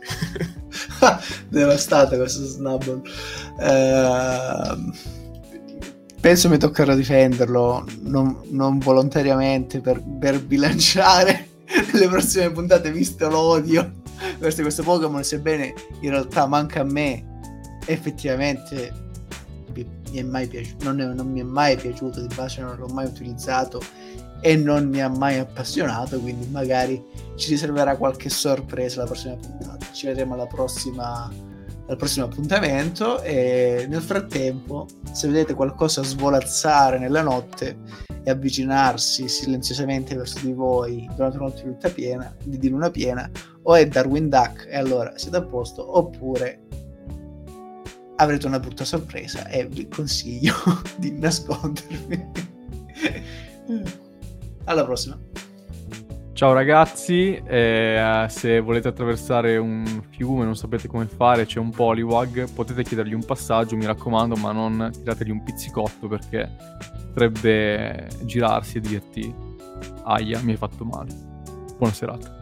Devastata questo Snubbull. Ehm, penso mi toccherà difenderlo, non, non volontariamente, per, per bilanciare le prossime puntate, visto l'odio verso questo Pokémon, sebbene in realtà manca a me, effettivamente mi è mai piaciuto, non, è, non mi è mai piaciuto di base, non l'ho mai utilizzato e non mi ha mai appassionato, quindi magari ci riserverà qualche sorpresa la prossima puntata. Ci vedremo alla prossima, al prossimo appuntamento, e nel frattempo, se vedete qualcosa svolazzare nella notte e avvicinarsi silenziosamente verso di voi durante una notte di luna piena, di luna piena, o è Darwin Duck e allora siete a posto, oppure avrete una brutta sorpresa e vi consiglio di nascondervi. Alla prossima. Ciao ragazzi, eh, se volete attraversare un fiume e non sapete come fare, c'è un Poliwag, potete chiedergli un passaggio, mi raccomando, ma non tirategli un pizzicotto, perché potrebbe girarsi e dirti aia, mi hai fatto male. Buona serata.